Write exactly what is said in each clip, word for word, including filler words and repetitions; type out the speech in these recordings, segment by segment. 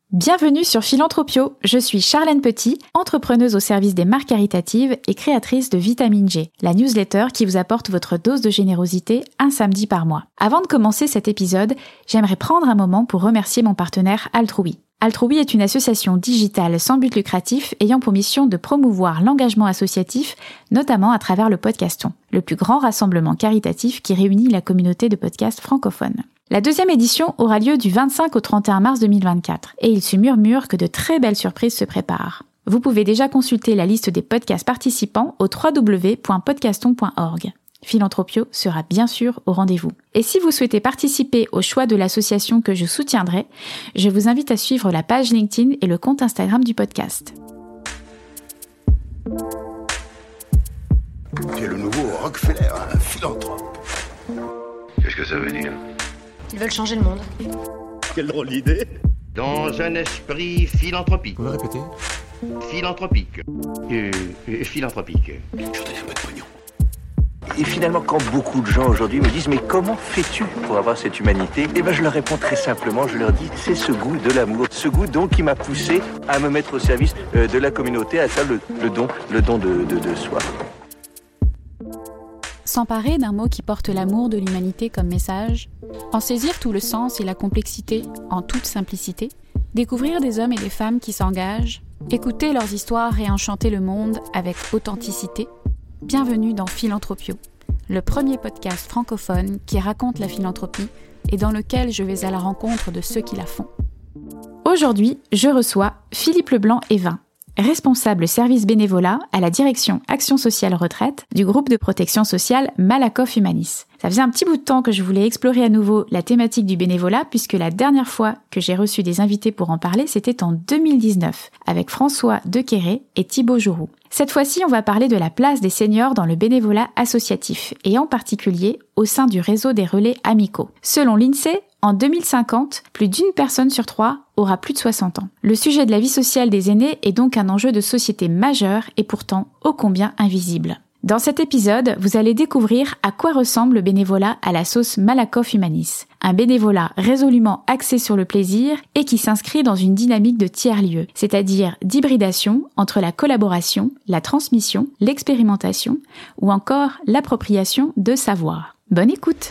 Bienvenue sur Philanthropio, je suis Charlène Petit, entrepreneuse au service des marques caritatives et créatrice de Vitamine G, la newsletter qui vous apporte votre dose de générosité un samedi par mois. Avant de commencer cet épisode, j'aimerais prendre un moment pour remercier mon partenaire Altrui. Altrui est une association digitale sans but lucratif ayant pour mission de promouvoir l'engagement associatif, notamment à travers le Podcaston, le plus grand rassemblement caritatif qui réunit la communauté de podcasts francophones. La deuxième édition aura lieu du vingt-cinq au trente et un mars deux mille vingt-quatre et il se murmure que de très belles surprises se préparent. Vous pouvez déjà consulter la liste des podcasts participants au w w w point podcaston point org. Philanthropio sera bien sûr au rendez-vous. Et si vous souhaitez participer au choix de l'association que je soutiendrai, je vous invite à suivre la page LinkedIn et le compte Instagram du podcast. Tu es le nouveau Rockefeller, un philanthrope. Qu'est-ce que ça veut dire ? Ils veulent changer le monde. Quelle drôle d'idée. Dans un esprit philanthropique. Vous le répétez ? Philanthropique. Euh, euh, philanthropique. Je voudrais un peu de pognon. Et finalement, quand beaucoup de gens aujourd'hui me disent « Mais comment fais-tu pour avoir cette humanité ?» Eh bien, je leur réponds très simplement, je leur dis « C'est ce goût de l'amour. Ce goût, donc, qui m'a poussé à me mettre au service euh, de la communauté, à faire le, le don, le don de, de, de soi. » S'emparer d'un mot qui porte l'amour de l'humanité comme message, en saisir tout le sens et la complexité en toute simplicité, découvrir des hommes et des femmes qui s'engagent, écouter leurs histoires et enchanter le monde avec authenticité. Bienvenue dans Philanthropio, le premier podcast francophone qui raconte la philanthropie et dans lequel je vais à la rencontre de ceux qui la font. Aujourd'hui, je reçois Philippe Leblanc-Evin, responsable service bénévolat à la direction Action Sociale Retraite du groupe de protection sociale Malakoff Humanis. Ça faisait un petit bout de temps que je voulais explorer à nouveau la thématique du bénévolat puisque la dernière fois que j'ai reçu des invités pour en parler, c'était en deux mille dix-neuf avec François Dequéré et Thibaut Jourou. Cette fois-ci, on va parler de la place des seniors dans le bénévolat associatif et en particulier au sein du réseau des relais amicaux. Selon l'INSEE, en deux mille cinquante, plus d'une personne sur trois aura plus de soixante ans. Le sujet de la vie sociale des aînés est donc un enjeu de société majeur et pourtant ô combien invisible. Dans cet épisode, vous allez découvrir à quoi ressemble le bénévolat à la sauce Malakoff Humanis. Un bénévolat résolument axé sur le plaisir et qui s'inscrit dans une dynamique de tiers-lieu, c'est-à-dire d'hybridation entre la collaboration, la transmission, l'expérimentation ou encore l'appropriation de savoir. Bonne écoute!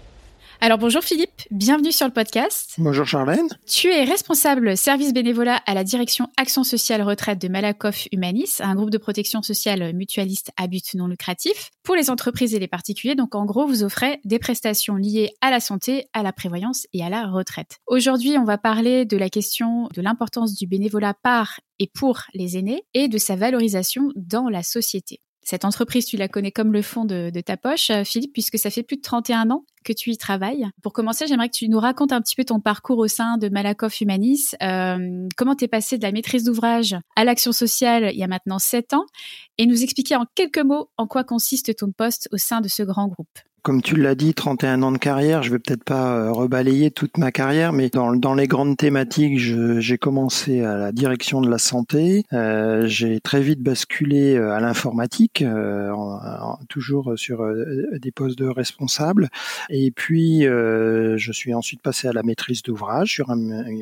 Alors bonjour Philippe, bienvenue sur le podcast. Bonjour Charlène. Tu es responsable service bénévolat à la direction Action Sociale Retraite de Malakoff Humanis, un groupe de protection sociale mutualiste à but non lucratif pour les entreprises et les particuliers. Donc en gros, vous offrez des prestations liées à la santé, à la prévoyance et à la retraite. Aujourd'hui, on va parler de la question de l'importance du bénévolat par et pour les aînés et de sa valorisation dans la société. Cette entreprise, tu la connais comme le fond de, de ta poche, Philippe, puisque ça fait plus de trente et un ans que tu y travailles. Pour commencer, j'aimerais que tu nous racontes un petit peu ton parcours au sein de Malakoff Humanis. Euh, comment t'es passé de la maîtrise d'ouvrage à l'action sociale il y a maintenant sept ans et nous expliquer en quelques mots en quoi consiste ton poste au sein de ce grand groupe. Comme tu l'as dit, trente et un ans de carrière, je vais peut-être pas rebalayer toute ma carrière, mais dans, dans les grandes thématiques, je, j'ai commencé à la direction de la santé, euh, j'ai très vite basculé à l'informatique, euh, en, en, toujours sur euh, des postes de responsable, et puis euh, je suis ensuite passé à la maîtrise d'ouvrage sur un,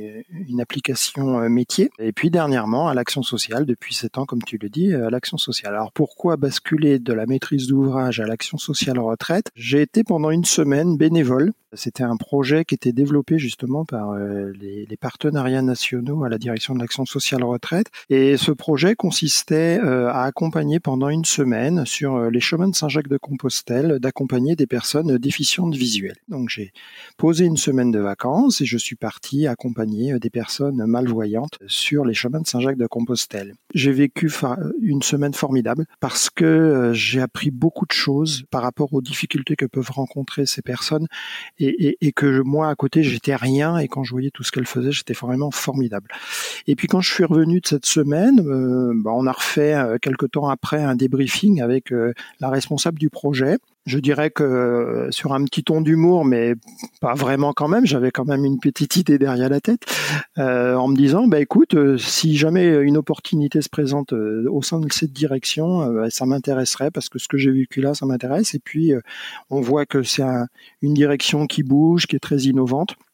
une application métier, et puis dernièrement à l'action sociale, depuis sept ans, comme tu le dis, à l'action sociale. Alors pourquoi basculer de la maîtrise d'ouvrage à l'action sociale retraite ? J'ai été pendant une semaine bénévole. C'était un projet qui était développé justement par euh, les, les partenariats nationaux à la direction de l'action sociale retraite. Et ce projet consistait euh, à accompagner pendant une semaine sur euh, les chemins de Saint-Jacques-de-Compostelle, d'accompagner des personnes déficientes visuelles. Donc j'ai posé une semaine de vacances et je suis parti accompagner des personnes malvoyantes sur les chemins de Saint-Jacques-de-Compostelle. J'ai vécu fa- une semaine formidable parce que euh, j'ai appris beaucoup de choses par rapport aux difficultés que peuvent rencontrer ces personnes et, et, et que moi à côté j'étais rien et quand je voyais tout ce qu'elles faisaient j'étais vraiment formidable. Et puis quand je suis revenu de cette semaine, euh, bah, on a refait euh, quelque temps après un débriefing avec euh, la responsable du projet. Je dirais que euh, sur un petit ton d'humour, mais pas vraiment quand même, j'avais quand même une petite idée derrière la tête, euh, en me disant, bah écoute, euh, si jamais une opportunité se présente euh, au sein de cette direction, euh, ça m'intéresserait parce que ce que j'ai vécu là, ça m'intéresse. Et puis, euh, on voit que c'est un, une direction qui bouge, qui est très innovante.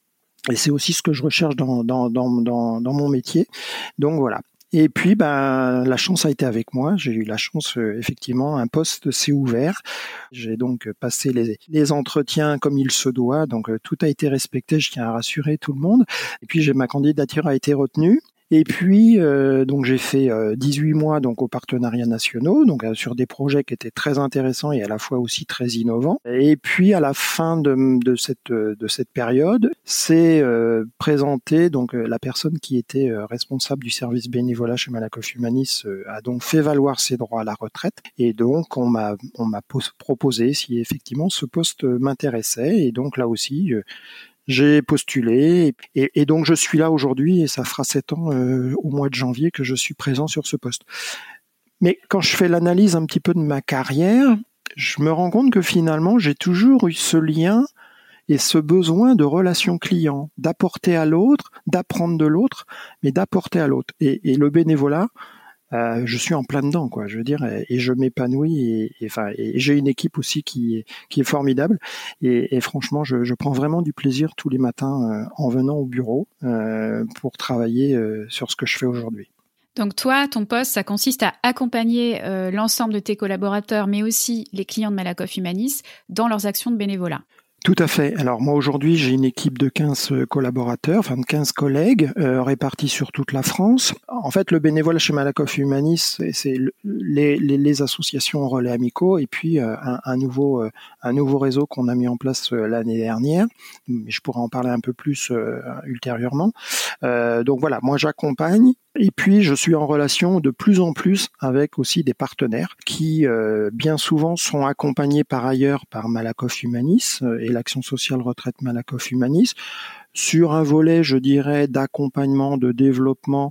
Et c'est aussi ce que je recherche dans, dans, dans, dans, dans mon métier. Donc voilà. Et puis, ben, la chance a été avec moi. J'ai eu la chance, euh, effectivement, un poste s'est ouvert. J'ai donc passé les, les entretiens comme il se doit. Donc, euh, tout a été respecté. Je tiens à rassurer tout le monde. Et puis, j'ai, ma candidature a été retenue. Et puis, euh, donc j'ai fait euh, dix-huit mois donc aux partenariats nationaux, donc euh, sur des projets qui étaient très intéressants et à la fois aussi très innovants. Et puis, à la fin de, de cette de cette période, c'est euh, présenté donc euh, la personne qui était euh, responsable du service bénévolat chez Malakoff Humanis euh, a donc fait valoir ses droits à la retraite. Et donc, on m'a on m'a pos- proposé si effectivement ce poste m'intéressait. Et donc là aussi. Euh, J'ai postulé et, et donc je suis là aujourd'hui et ça fera sept ans euh, au mois de janvier que je suis présent sur ce poste. Mais quand je fais l'analyse un petit peu de ma carrière, je me rends compte que finalement j'ai toujours eu ce lien et ce besoin de relation client, d'apporter à l'autre, d'apprendre de l'autre, mais d'apporter à l'autre. Et, et le bénévolat, Euh, je suis en plein dedans, quoi. Je veux dire, et, et je m'épanouis. Et, et, enfin, et j'ai une équipe aussi qui est qui est formidable. Et, et franchement, je, je prends vraiment du plaisir tous les matins euh, en venant au bureau euh, pour travailler euh, sur ce que je fais aujourd'hui. Donc toi, ton poste, ça consiste à accompagner euh, l'ensemble de tes collaborateurs, mais aussi les clients de Malakoff Humanis dans leurs actions de bénévolat. Tout à fait. Alors moi aujourd'hui j'ai une équipe de quinze collaborateurs, enfin de quinze collègues euh, répartis sur toute la France. En fait le bénévolat chez Malakoff Humanis c'est, c'est les, les, les associations relais amicaux et puis euh, un, un, nouveau, euh, un nouveau réseau qu'on a mis en place euh, l'année dernière. Mais je pourrais en parler un peu plus euh, ultérieurement. Euh, donc voilà, moi j'accompagne. Et puis, je suis en relation de plus en plus avec aussi des partenaires qui, euh, bien souvent, sont accompagnés par ailleurs par Malakoff Humanis euh, et l'Action sociale retraite Malakoff Humanis sur un volet, je dirais, d'accompagnement, de développement,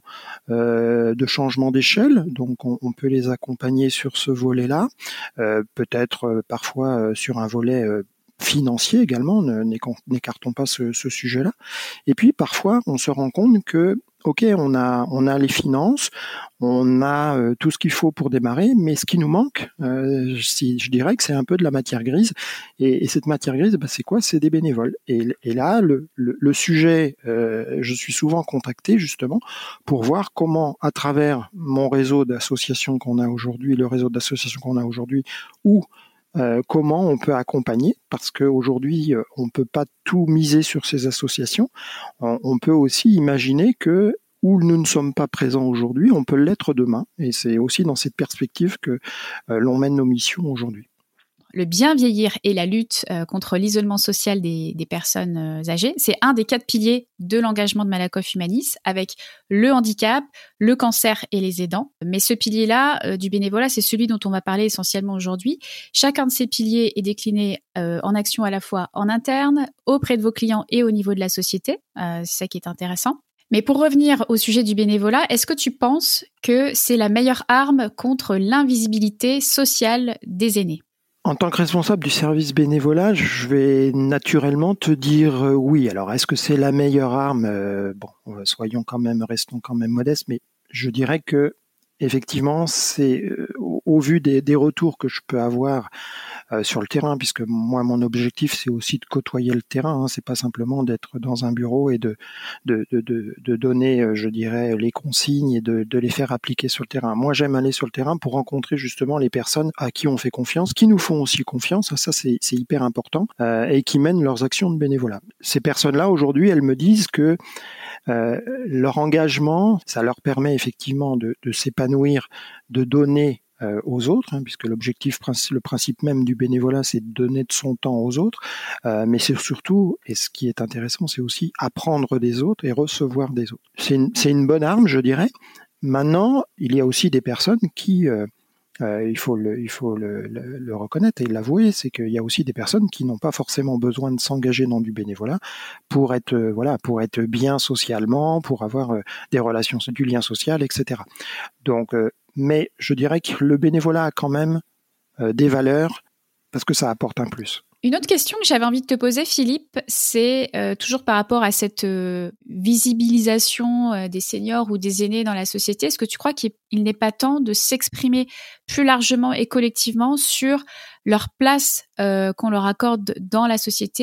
euh, de changement d'échelle. Donc, on, on peut les accompagner sur ce volet-là, euh, peut-être euh, parfois euh, sur un volet euh, financier également, n'écartons pas ce, ce sujet-là. Et puis, parfois, on se rend compte que ok, on a on a les finances, on a euh, tout ce qu'il faut pour démarrer, mais ce qui nous manque, euh, si, je dirais que c'est un peu de la matière grise. Et, et cette matière grise, bah, c'est quoi ? C'est des bénévoles. Et, et là, le, le, le sujet, euh, je suis souvent contacté justement pour voir comment, à travers mon réseau d'associations qu'on a aujourd'hui, le réseau d'associations qu'on a aujourd'hui, ou Euh, comment on peut accompagner, parce qu'aujourd'hui, euh, on ne peut pas tout miser sur ces associations. On, on peut aussi imaginer que où nous ne sommes pas présents aujourd'hui, on peut l'être demain. Et c'est aussi dans cette perspective que euh, l'on mène nos missions aujourd'hui. Le bien vieillir et la lutte euh, contre l'isolement social des, des personnes euh, âgées, c'est un des quatre piliers de l'engagement de Malakoff Humanis, avec le handicap, le cancer et les aidants. Mais ce pilier-là euh, du bénévolat, c'est celui dont on va parler essentiellement aujourd'hui. Chacun de ces piliers est décliné euh, en action à la fois en interne, auprès de vos clients et au niveau de la société. Euh, c'est ça qui est intéressant. Mais pour revenir au sujet du bénévolat, est-ce que tu penses que c'est la meilleure arme contre l'invisibilité sociale des aînés ? En tant que responsable du service bénévolat, je vais naturellement te dire euh, oui. Alors, est-ce que c'est la meilleure arme ? euh, Bon, soyons quand même, restons quand même modestes, mais je dirais que effectivement, c'est euh, au, au vu des, des retours que je peux avoir euh, sur le terrain, puisque moi, mon objectif, c'est aussi de côtoyer le terrain. Hein, c'est pas simplement d'être dans un bureau et de de, de, de, de donner, euh, je dirais, les consignes et de, de les faire appliquer sur le terrain. Moi, j'aime aller sur le terrain pour rencontrer justement les personnes à qui on fait confiance, qui nous font aussi confiance. Ça, c'est, c'est hyper important, euh, et qui mènent leurs actions de bénévolat. Ces personnes-là, aujourd'hui, elles me disent que Euh, leur engagement, ça leur permet effectivement de, de s'épanouir, de donner euh, aux autres, hein, puisque l'objectif, le principe même du bénévolat, c'est de donner de son temps aux autres, euh, mais c'est surtout, et ce qui est intéressant, c'est aussi apprendre des autres et recevoir des autres. C'est une, c'est une bonne arme, je dirais. Maintenant, il y a aussi des personnes qui... Euh, Euh, il faut, le, il faut le, le, le reconnaître et l'avouer, c'est qu'il y a aussi des personnes qui n'ont pas forcément besoin de s'engager dans du bénévolat pour être, euh, voilà, pour être bien socialement, pour avoir euh, des relations, du lien social, et cetera. Donc, euh, mais je dirais que le bénévolat a quand même euh, des valeurs parce que ça apporte un plus. Une autre question que j'avais envie de te poser, Philippe, c'est euh, toujours par rapport à cette euh, visibilisation euh, des seniors ou des aînés dans la société. Est-ce que tu crois qu'il n'est pas temps de s'exprimer plus largement et collectivement sur leur place euh, qu'on leur accorde dans la société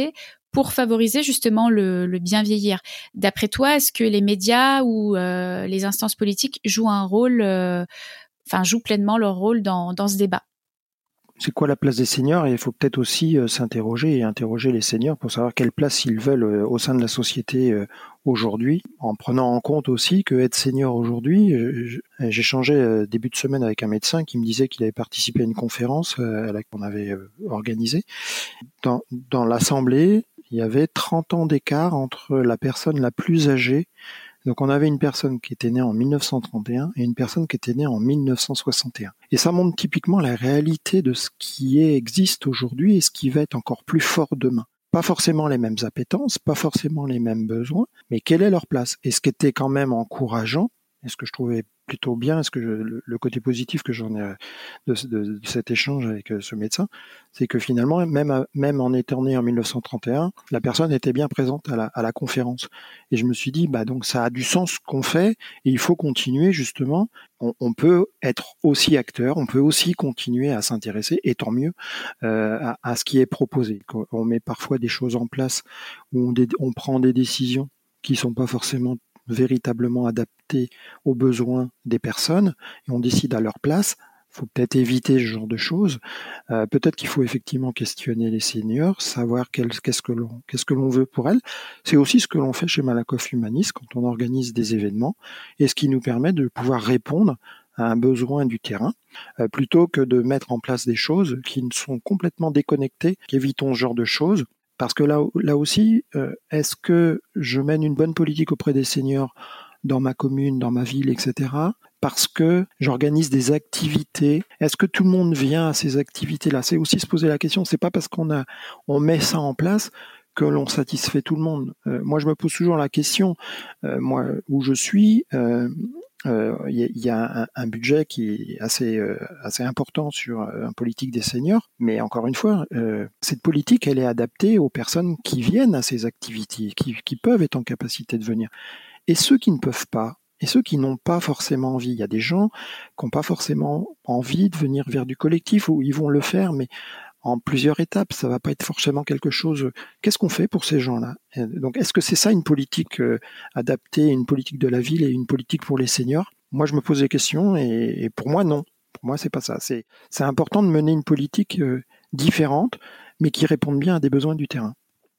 pour favoriser justement le, le bien vieillir. D'après toi, est-ce que les médias ou euh, les instances politiques jouent un rôle, euh, enfin jouent pleinement leur rôle dans, dans ce débat? C'est quoi la place des seniors? Et il faut peut-être aussi euh, s'interroger et interroger les seniors pour savoir quelle place ils veulent euh, au sein de la société euh, aujourd'hui, en prenant en compte aussi que être senior aujourd'hui, euh, j'ai changé euh, début de semaine avec un médecin qui me disait qu'il avait participé à une conférence euh, à laquelle on avait euh, organisée. Dans, dans l'assemblée, il y avait trente ans d'écart entre la personne la plus âgée. Donc on avait une personne qui était née en mille neuf cent trente et un et une personne qui était née en mille neuf cent soixante et un. Et ça montre typiquement la réalité de ce qui est, existe aujourd'hui et ce qui va être encore plus fort demain. Pas forcément les mêmes appétences, pas forcément les mêmes besoins, mais quelle est leur place? Et ce qui était quand même encourageant, et ce que je trouvais plutôt bien, est-ce que je, le, le côté positif que j'en ai de, de, de cet échange avec ce médecin, c'est que finalement, même, même en étant né en mille neuf cent trente et un, la personne était bien présente à la, à la conférence. Et je me suis dit, bah donc ça a du sens ce qu'on fait, et il faut continuer justement. On, on peut être aussi acteur, on peut aussi continuer à s'intéresser, et tant mieux, euh, à, à ce qui est proposé. On met parfois des choses en place où on, dé, on prend des décisions qui sont pas forcément véritablement adaptés aux besoins des personnes et on décide à leur place. Il faut peut-être éviter ce genre de choses. Euh, peut-être qu'il faut effectivement questionner les seniors, savoir quel, qu'est-ce que l'on, qu'est-ce que l'on veut pour elles. C'est aussi ce que l'on fait chez Malakoff Humanis quand on organise des événements et ce qui nous permet de pouvoir répondre à un besoin du terrain, euh, plutôt que de mettre en place des choses qui sont complètement déconnectées. Évitons ce genre de choses. Parce que là, là aussi, euh, est-ce que je mène une bonne politique auprès des seniors dans ma commune, dans ma ville, et cetera. Parce que j'organise des activités. Est-ce que tout le monde vient à ces activités-là? C'est aussi se poser la question. C'est pas parce qu'on a, on met ça en place que l'on satisfait tout le monde. Euh, moi, je me pose toujours la question. Euh, moi, où je suis. Euh, il euh, y, y a un, un budget qui est assez euh, assez important sur euh, une politique des seniors, mais encore une fois, euh, cette politique, elle est adaptée aux personnes qui viennent à ces activités, qui, qui peuvent être en capacité de venir. Et ceux qui ne peuvent pas, et ceux qui n'ont pas forcément envie, il y a des gens qui n'ont pas forcément envie de venir vers du collectif, où ils vont le faire, mais en plusieurs étapes, ça va pas être forcément quelque chose. Qu'est-ce qu'on fait pour ces gens-là? Donc, est-ce que c'est ça une politique euh, adaptée, une politique de la ville et une politique pour les seniors? Moi, je me pose des questions et, et pour moi, non. Pour moi, c'est pas ça. C'est, c'est important de mener une politique euh, différente, mais qui réponde bien à des besoins du terrain.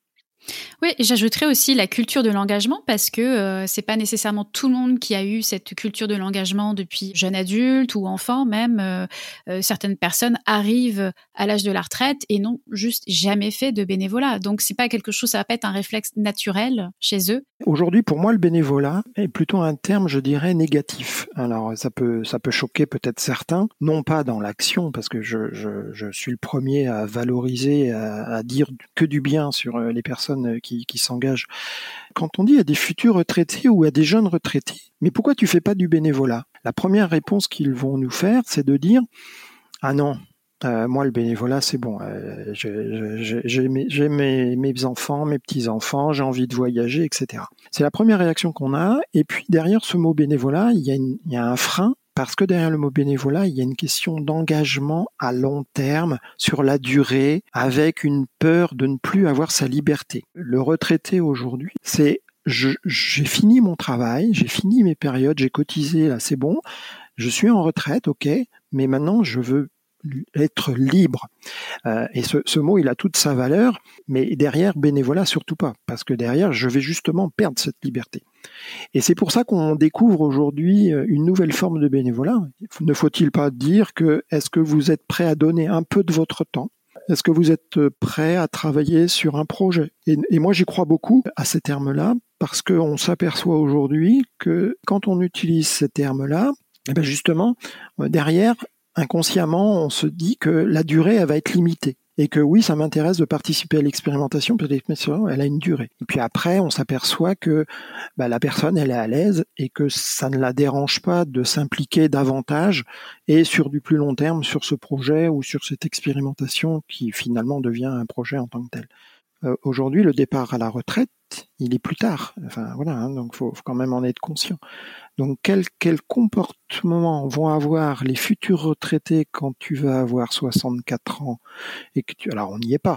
Oui, j'ajouterais aussi la culture de l'engagement parce que euh, c'est pas nécessairement tout le monde qui a eu cette culture de l'engagement depuis jeune adulte ou enfant même. Euh, euh, certaines personnes arrivent à l'âge de la retraite et n'ont juste jamais fait de bénévolat. Donc c'est pas quelque chose, ça va pas être un réflexe naturel chez eux. Aujourd'hui, pour moi, le bénévolat est plutôt un terme, je dirais, négatif. Alors ça peut, ça peut choquer peut-être certains, non pas dans l'action, parce que je, je, je suis le premier à valoriser, à, à dire que du bien sur les personnes qui, qui s'engagent. Quand on dit à des futurs retraités ou à des jeunes retraités, mais pourquoi tu fais pas du bénévolat? La première réponse qu'ils vont nous faire, c'est de dire « Ah non, euh, moi le bénévolat c'est bon, euh, j'ai, j'ai, j'ai, mes, j'ai mes, mes enfants, mes petits-enfants, j'ai envie de voyager, et cetera » C'est la première réaction qu'on a, et puis derrière ce mot bénévolat, il y a, une, il y a un frein. Parce que derrière le mot bénévolat, il y a une question d'engagement à long terme, sur la durée, avec une peur de ne plus avoir sa liberté. Le retraité aujourd'hui, c'est je, j'ai fini mon travail, j'ai fini mes périodes, j'ai cotisé, là c'est bon, je suis en retraite, ok, mais maintenant je veux être libre. Euh, et ce, ce mot, il a toute sa valeur, mais derrière, bénévolat, surtout pas, parce que derrière, je vais justement perdre cette liberté. Et c'est pour ça qu'on découvre aujourd'hui une nouvelle forme de bénévolat. Ne faut-il pas dire que, est-ce que vous êtes prêt à donner un peu de votre temps? Est-ce que vous êtes prêt à travailler sur un projet? Et, et moi, j'y crois beaucoup à ces termes-là, parce qu'on s'aperçoit aujourd'hui que quand on utilise ces termes-là, eh ben justement, derrière, inconsciemment, on se dit que la durée, elle va être limitée. Et que oui, ça m'intéresse de participer à l'expérimentation, parce que l'expérimentation, elle a une durée. Et puis après, on s'aperçoit que bah, la personne, elle est à l'aise et que ça ne la dérange pas de s'impliquer davantage et sur du plus long terme sur ce projet ou sur cette expérimentation qui finalement devient un projet en tant que tel. Euh, aujourd'hui, le départ à la retraite, il est plus tard. Enfin voilà, hein, donc faut, faut quand même en être conscient. Donc quel quel comportement vont avoir les futurs retraités quand tu vas avoir soixante-quatre ans et que tu alors on n'y est pas.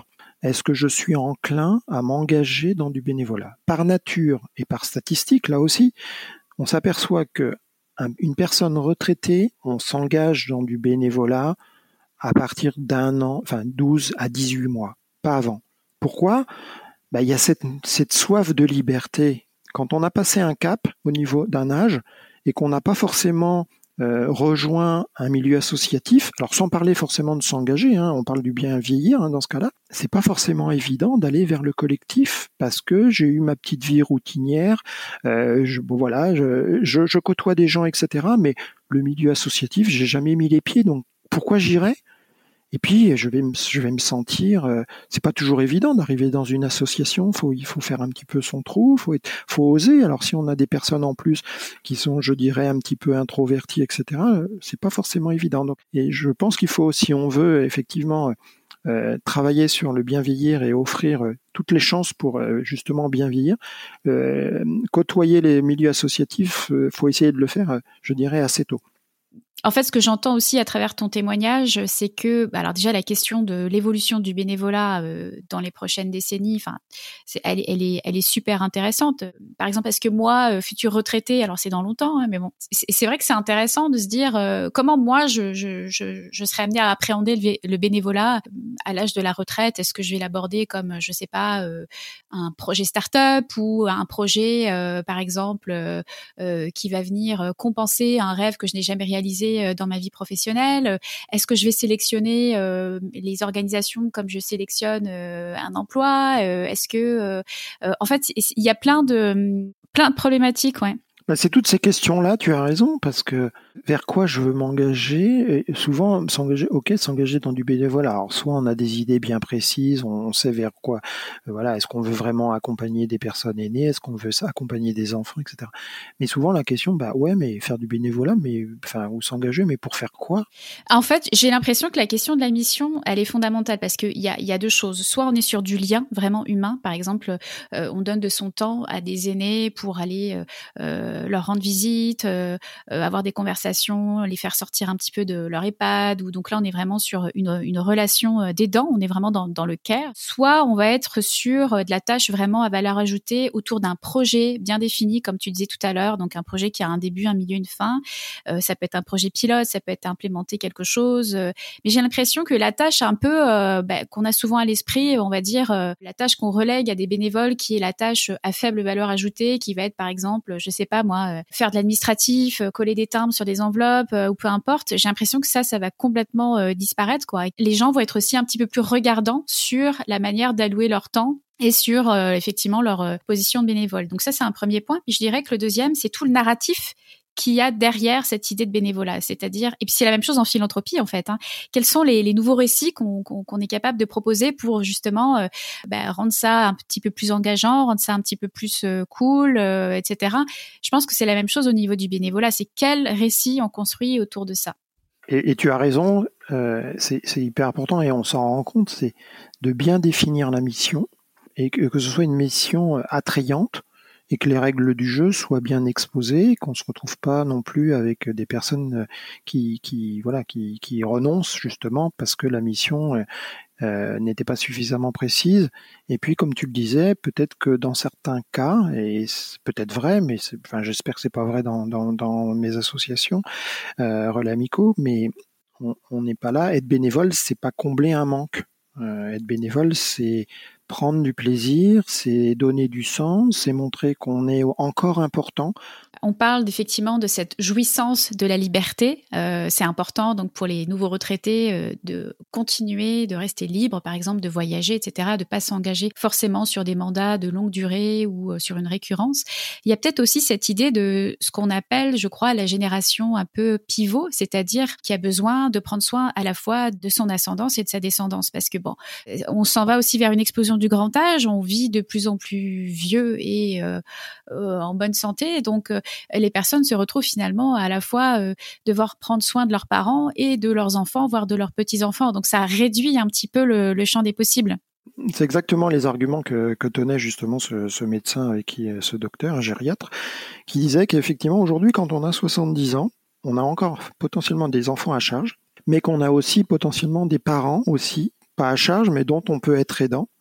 est-ce que je suis enclin à m'engager dans du bénévolat? Par nature et par statistique, là aussi, on s'aperçoit que une personne retraitée, on s'engage dans du bénévolat à partir d'un an, enfin douze à dix-huit mois, pas avant. Pourquoi? Ben, il y a cette, cette soif de liberté. Quand on a passé un cap au niveau d'un âge et qu'on n'a pas forcément euh, rejoint un milieu associatif, alors sans parler forcément de s'engager, hein, on parle du bien vieillir hein, dans ce cas-là, c'est pas forcément évident d'aller vers le collectif parce que j'ai eu ma petite vie routinière, euh, je, bon, voilà, je, je, je côtoie des gens, et cetera. Mais le milieu associatif, j'ai jamais mis les pieds, donc pourquoi j'irais? Et puis je vais me, je vais me sentir, euh, c'est pas toujours évident d'arriver dans une association. Faut, il faut faire un petit peu son trou, faut être, faut oser. Alors si on a des personnes en plus qui sont, je dirais, un petit peu introverties, et cetera. C'est pas forcément évident. Donc, et je pense qu'il faut, si on veut effectivement euh, travailler sur le bien vieillir et offrir euh, toutes les chances pour euh, justement bien vieillir, euh, côtoyer les milieux associatifs, euh, faut essayer de le faire, euh, je dirais, assez tôt. En fait, ce que j'entends aussi à travers ton témoignage, c'est que, alors déjà, la question de l'évolution du bénévolat euh, dans les prochaines décennies, enfin, c'est, elle, elle est, elle est super intéressante. Par exemple, est-ce que moi, euh, futur retraité, alors c'est dans longtemps, hein, mais bon, c'est, c'est vrai que c'est intéressant de se dire euh, comment moi, je, je, je, je serais amenée à appréhender le, le bénévolat à l'âge de la retraite. Est-ce que je vais l'aborder comme, je sais pas, euh, un projet start-up ou un projet, euh, par exemple, euh, euh, qui va venir compenser un rêve que je n'ai jamais réalisé dans ma vie professionnelle? Est-ce que je vais sélectionner euh, les organisations comme je sélectionne euh, un emploi? euh, Est-ce que, euh, en fait, il y a plein de plein de problématiques, ouais. Ben, c'est toutes ces questions-là, tu as raison, parce que vers quoi je veux m'engager, et souvent s'engager, ok, s'engager dans du bénévolat. Alors soit on a des idées bien précises, on sait vers quoi, euh, voilà, est-ce qu'on veut vraiment accompagner des personnes aînées, est-ce qu'on veut accompagner des enfants, et cetera. Mais souvent la question, bah ouais, mais faire du bénévolat, mais enfin ou s'engager, mais pour faire quoi? En fait, j'ai l'impression que la question de la mission, elle est fondamentale parce qu'il y a, il y a deux choses. Soit on est sur du lien vraiment humain, par exemple, euh, on donne de son temps à des aînés pour aller euh, leur rendre visite, euh, euh, avoir des conversations, les faire sortir un petit peu de leur EHPAD. Ou donc là, on est vraiment sur une, une relation d'aidant, on est vraiment dans, dans le care. Soit on va être sur de la tâche vraiment à valeur ajoutée autour d'un projet bien défini, comme tu disais tout à l'heure, donc un projet qui a un début, un milieu, une fin. Euh, ça peut être un projet pilote, ça peut être implémenter quelque chose. Euh, mais j'ai l'impression que la tâche un peu euh, bah, qu'on a souvent à l'esprit, on va dire, euh, la tâche qu'on relègue à des bénévoles, qui est la tâche à faible valeur ajoutée, qui va être par exemple, je sais pas moi, euh, faire de l'administratif, euh, coller des timbres sur des enveloppes euh, ou peu importe. J'ai l'impression que ça, ça va complètement euh, disparaître, quoi. Et les gens vont être aussi un petit peu plus regardants sur la manière d'allouer leur temps et sur euh, effectivement leur euh, position de bénévole. Donc ça, c'est un premier point. Puis je dirais que le deuxième, c'est tout le narratif qu'il y a derrière cette idée de bénévolat, c'est-à-dire, et puis c'est la même chose en philanthropie en fait, hein. Quels sont les, les nouveaux récits qu'on, qu'on, qu'on est capable de proposer pour justement euh, bah, rendre ça un petit peu plus engageant, rendre ça un petit peu plus euh, cool, euh, et cetera. Je pense que c'est la même chose au niveau du bénévolat, c'est quel récit on construit autour de ça. Et, et tu as raison, euh, c'est, c'est hyper important et on s'en rend compte, c'est de bien définir la mission et que, que ce soit une mission attrayante, et que les règles du jeu soient bien exposées, qu'on se retrouve pas non plus avec des personnes qui, qui voilà, qui, qui renoncent justement parce que la mission euh, n'était pas suffisamment précise. Et puis, comme tu le disais, peut-être que dans certains cas, et c'est peut-être vrai, mais c'est, enfin, j'espère que c'est pas vrai dans, dans, dans mes associations, euh, relais amicaux, mais on n'est pas là. Être bénévole, c'est pas combler un manque. Euh, être bénévole, c'est prendre du plaisir, c'est donner du sens, c'est montrer qu'on est encore important. On parle effectivement de cette jouissance de la liberté. Euh, c'est important donc pour les nouveaux retraités euh, de continuer, de rester libre, par exemple, de voyager, et cetera, de pas s'engager forcément sur des mandats de longue durée ou euh, sur une récurrence. Il y a peut-être aussi cette idée de ce qu'on appelle, je crois, la génération un peu pivot, c'est-à-dire qui a besoin de prendre soin à la fois de son ascendance et de sa descendance, parce que bon, on s'en va aussi vers une explosion du grand âge, on vit de plus en plus vieux et euh, euh, en bonne santé, donc euh, les personnes se retrouvent finalement à la fois euh, devoir prendre soin de leurs parents et de leurs enfants, voire de leurs petits-enfants. Donc ça réduit un petit peu le, le champ des possibles. C'est exactement les arguments que, que tenait justement ce, ce médecin avec qui, ce docteur, un gériatre, qui disait qu'effectivement aujourd'hui, quand on a soixante-dix ans, on a encore potentiellement des enfants à charge, mais qu'on a aussi potentiellement des parents aussi, pas à charge, mais dont on peut être aidant.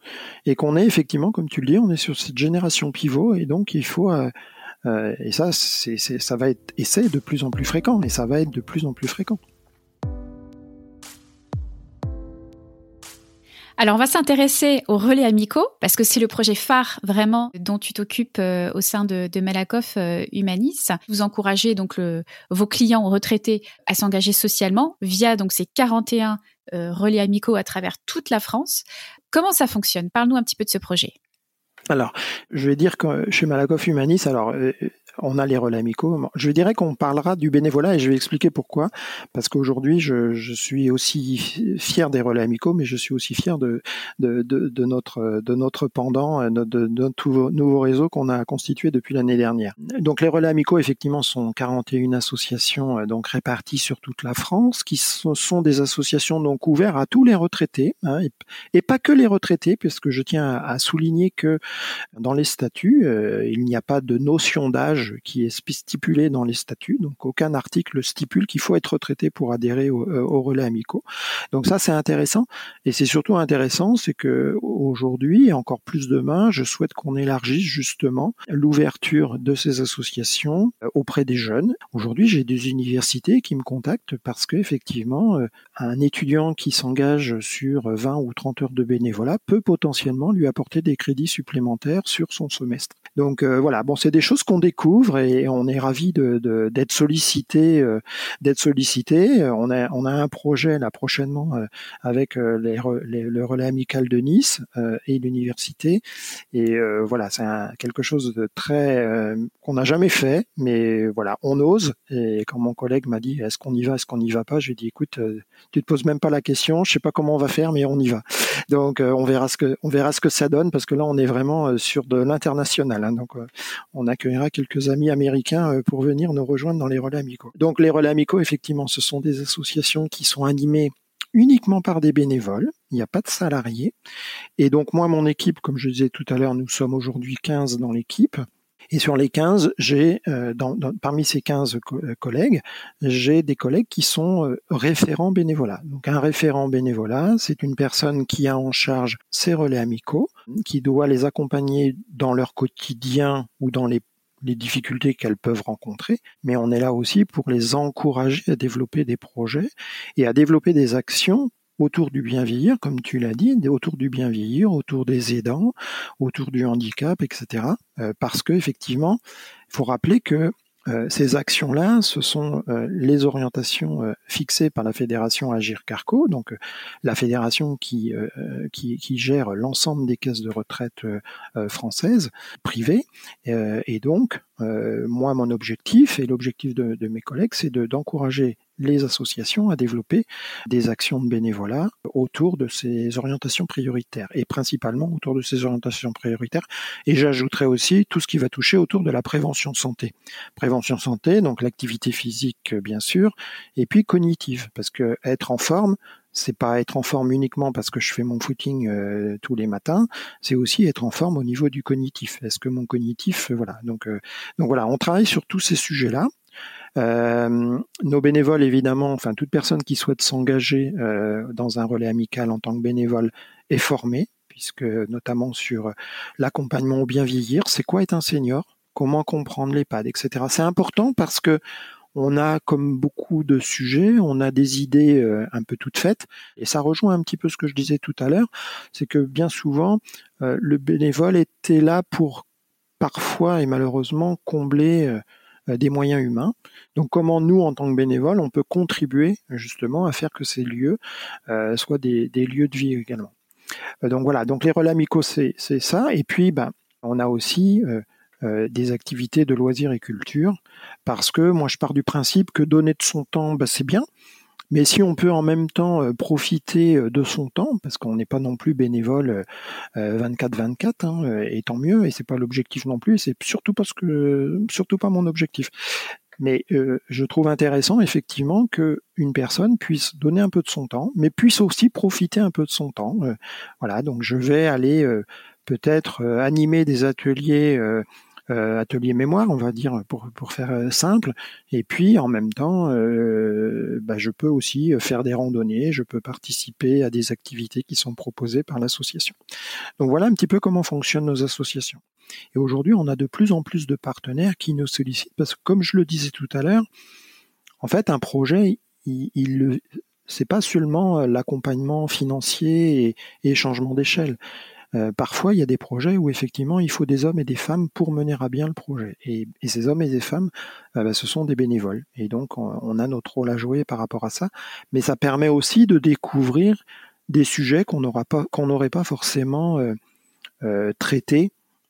et qu'on est effectivement, comme tu le dis, on est sur cette génération pivot, et donc il faut euh, euh, et ça, c'est, c'est, ça va être, et c'est de plus en plus fréquent, et ça va être de plus en plus fréquent. Alors, on va s'intéresser aux relais amicaux, parce que c'est le projet phare vraiment dont tu t'occupes euh, au sein de, de Malakoff euh, Humanis. Vous encouragez donc le, vos clients retraités à s'engager socialement via donc ces quarante et un euh, relais amicaux à travers toute la France. Comment ça fonctionne ? Parle-nous un petit peu de ce projet. Alors, je vais dire que chez Malakoff Humanis, alors euh, on a les relais amicaux. Je dirais qu'on parlera du bénévolat, et je vais expliquer pourquoi. Parce qu'aujourd'hui, je, je suis aussi fier des relais amicaux, mais je suis aussi fier de, de, de, de, notre, de notre pendant, de, de, de notre nouveau réseau qu'on a constitué depuis l'année dernière. Donc les relais amicaux, effectivement, sont quarante et une associations donc réparties sur toute la France, qui sont, sont des associations donc ouvertes à tous les retraités, hein, et, et pas que les retraités, puisque je tiens à, à souligner que dans les statuts, euh, il n'y a pas de notion d'âge qui est stipulée dans les statuts, donc aucun article stipule qu'il faut être retraité pour adhérer aux au relais amicaux. Donc ça, c'est intéressant, et c'est surtout intéressant, c'est que aujourd'hui, et encore plus demain, je souhaite qu'on élargisse justement l'ouverture de ces associations auprès des jeunes. Aujourd'hui, j'ai des universités qui me contactent parce que effectivement, un étudiant qui s'engage sur vingt ou trente heures de bénévolat peut potentiellement lui apporter des crédits supplémentaires sur son semestre. Donc euh, voilà, bon, c'est des choses qu'on découvre, et on est ravis de, de, d'être sollicité, euh, d'être sollicité. On a, on a un projet là prochainement euh, avec euh, les, les, le relais amical de Nice euh, et l'université, et euh, voilà, c'est un, quelque chose de très euh, qu'on n'a jamais fait, mais voilà, on ose. Et quand mon collègue m'a dit est-ce qu'on y va, est-ce qu'on n'y va pas, j'ai dit écoute, euh, tu te poses même pas la question, je sais pas comment on va faire, mais on y va. Donc euh, on verra ce que on verra ce que ça donne, parce que là on est vraiment euh, sur de l'international, hein, donc euh, on accueillera quelques amis américains euh, pour venir nous rejoindre dans les relais amicaux. Donc les relais amicaux, effectivement, ce sont des associations qui sont animées uniquement par des bénévoles, il n'y a pas de salariés, et donc moi, mon équipe, comme je disais tout à l'heure, nous sommes aujourd'hui quinze dans l'équipe. Et sur les quinze, j'ai euh, dans, dans, parmi ces quinze co- collègues, j'ai des collègues qui sont euh, référents bénévolat. Donc un référent bénévolat, c'est une personne qui a en charge ces relais amicaux, qui doit les accompagner dans leur quotidien ou dans les les difficultés qu'elles peuvent rencontrer, mais on est là aussi pour les encourager à développer des projets et à développer des actions autour du bien vieillir, comme tu l'as dit, autour du bien vieillir, autour des aidants, autour du handicap, et cetera. Euh, parce que effectivement, il faut rappeler que euh, ces actions-là, ce sont euh, les orientations euh, fixées par la fédération Agir Carco, donc euh, la fédération qui, euh, qui qui gère l'ensemble des caisses de retraite euh, euh, françaises privées, euh, et donc euh, moi, mon objectif et l'objectif de, de mes collègues, c'est de, d'encourager les associations à développer des actions de bénévolat autour de ces orientations prioritaires, et principalement autour de ces orientations prioritaires. Et j'ajouterais aussi tout ce qui va toucher autour de la prévention santé. Prévention santé, donc l'activité physique, bien sûr, et puis cognitive, parce que être en forme, c'est pas être en forme uniquement parce que je fais mon footing euh, tous les matins, c'est aussi être en forme au niveau du cognitif. Est-ce que mon cognitif, euh, voilà. Donc, euh, donc voilà, on travaille sur tous ces sujets-là. Euh, nos bénévoles, évidemment, enfin toute personne qui souhaite s'engager euh, dans un relais amical en tant que bénévole est formée, puisque notamment sur l'accompagnement au bien vieillir, c'est quoi être un senior, comment comprendre l'EHPAD, et cetera. C'est important parce que on a, comme beaucoup de sujets, on a des idées euh, un peu toutes faites, et ça rejoint un petit peu ce que je disais tout à l'heure, c'est que bien souvent, euh, le bénévole était là pour parfois et malheureusement combler euh, des moyens humains. Donc comment nous, en tant que bénévoles, on peut contribuer justement à faire que ces lieux euh, soient des, des lieux de vie également. Euh, donc voilà, donc les relais amicaux, c'est, c'est ça. Et puis, ben, on a aussi euh, euh, des activités de loisirs et culture, parce que moi, je pars du principe que donner de son temps, ben, c'est bien. Mais si on peut en même temps euh, profiter de son temps, parce qu'on n'est pas non plus bénévole euh, vingt-quatre vingt-quatre, hein, et tant mieux, et c'est pas l'objectif non plus, et c'est surtout parce que surtout pas mon objectif. Mais euh, je trouve intéressant effectivement que une personne puisse donner un peu de son temps, mais puisse aussi profiter un peu de son temps. Euh, voilà, donc je vais aller euh, peut-être euh, animer des ateliers. Euh, euh, atelier mémoire, on va dire, pour, pour faire euh, simple. Et puis, en même temps, euh, bah, je peux aussi faire des randonnées, je peux participer à des activités qui sont proposées par l'association. Donc voilà un petit peu comment fonctionnent nos associations. Et aujourd'hui, on a de plus en plus de partenaires qui nous sollicitent parce que, comme je le disais tout à l'heure, en fait, un projet, il, il c'est pas seulement l'accompagnement financier et, et changement d'échelle. Euh, parfois, il y a des projets où effectivement, il faut des hommes et des femmes pour mener à bien le projet. Et, et ces hommes et ces femmes, euh, bah, ce sont des bénévoles. Et donc, on, on a notre rôle à jouer par rapport à ça. Mais ça permet aussi de découvrir des sujets qu'on n'aura pas, qu'on n'aurait pas forcément euh, euh, traités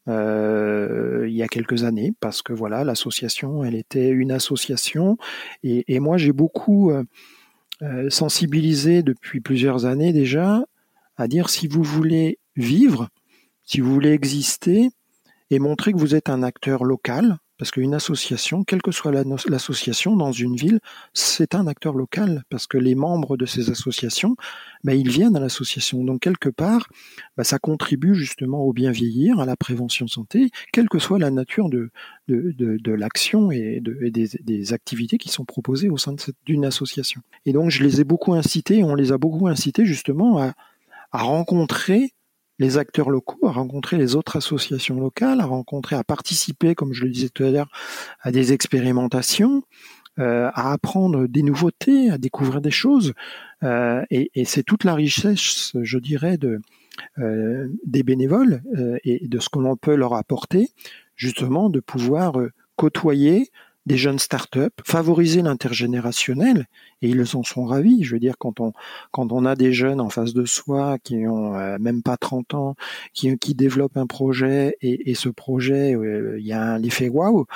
euh, il y a quelques années, parce que voilà, l'association, elle était une association. Et, et moi, j'ai beaucoup euh, euh, sensibilisé depuis plusieurs années déjà à dire si vous voulez vivre, si vous voulez exister et montrer que vous êtes un acteur local, parce qu'une association, quelle que soit la, l'association dans une ville, c'est un acteur local, parce que les membres de ces associations, ben, ils viennent à l'association. Donc quelque part, ben, ça contribue justement au bien vieillir, à la prévention de santé, quelle que soit la nature de, de, de, de l'action et, de, et des, des activités qui sont proposées au sein de cette, d'une association. Et donc je les ai beaucoup incités, on les a beaucoup incités justement à à rencontrer les acteurs locaux, à rencontrer les autres associations locales, à rencontrer, à participer, comme je le disais tout à l'heure, à des expérimentations, euh, à apprendre des nouveautés, à découvrir des choses. Euh, et, et c'est toute la richesse, je dirais, de, euh, des bénévoles euh, et de ce que l'on peut leur apporter, justement, de pouvoir euh, côtoyer des jeunes startups, favoriser l'intergénérationnel, et ils en sont ravis. Je veux dire, quand on quand on a des jeunes en face de soi qui ont euh, même pas trente ans, qui qui développent un projet et, et ce projet, il euh, y a un l'effet waouh.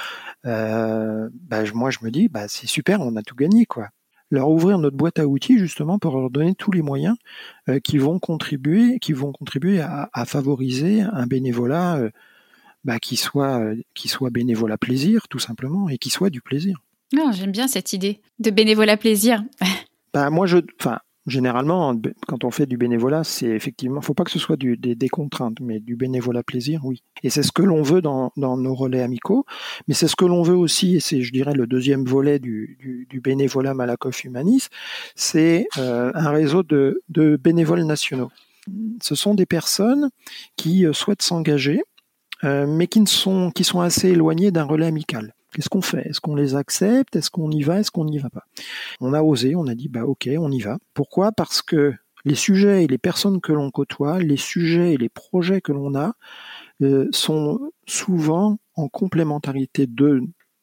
Euh, bah, moi, je me dis, bah c'est super, on a tout gagné, quoi. Leur ouvrir notre boîte à outils justement pour leur donner tous les moyens euh, qui vont contribuer, qui vont contribuer à, à favoriser un bénévolat. Euh, Bah, qui soit, euh, qui soit bénévolat plaisir, tout simplement, et qui soit du plaisir. Oh, j'aime bien cette idée de bénévolat plaisir. Bah, moi, je, enfin, généralement, quand on fait du bénévolat, c'est effectivement, faut pas que ce soit du, des, des contraintes, mais du bénévolat plaisir, oui. Et c'est ce que l'on veut dans, dans nos relais amicaux, mais c'est ce que l'on veut aussi, et c'est, je dirais, le deuxième volet du, du, du bénévolat Malakoff Humanis, c'est euh, un réseau de, de bénévoles nationaux. Ce sont des personnes qui euh, souhaitent s'engager, Euh, mais qui, ne sont, qui sont assez éloignés d'un relais amical. Qu'est-ce qu'on fait ? Est-ce qu'on les accepte ? Est-ce qu'on y va ? Est-ce qu'on n'y va pas ? On a osé, on a dit, bah ok, on y va. Pourquoi ? Parce que les sujets et les personnes que l'on côtoie, les sujets et les projets que l'on a, euh, sont souvent en complémentarité de,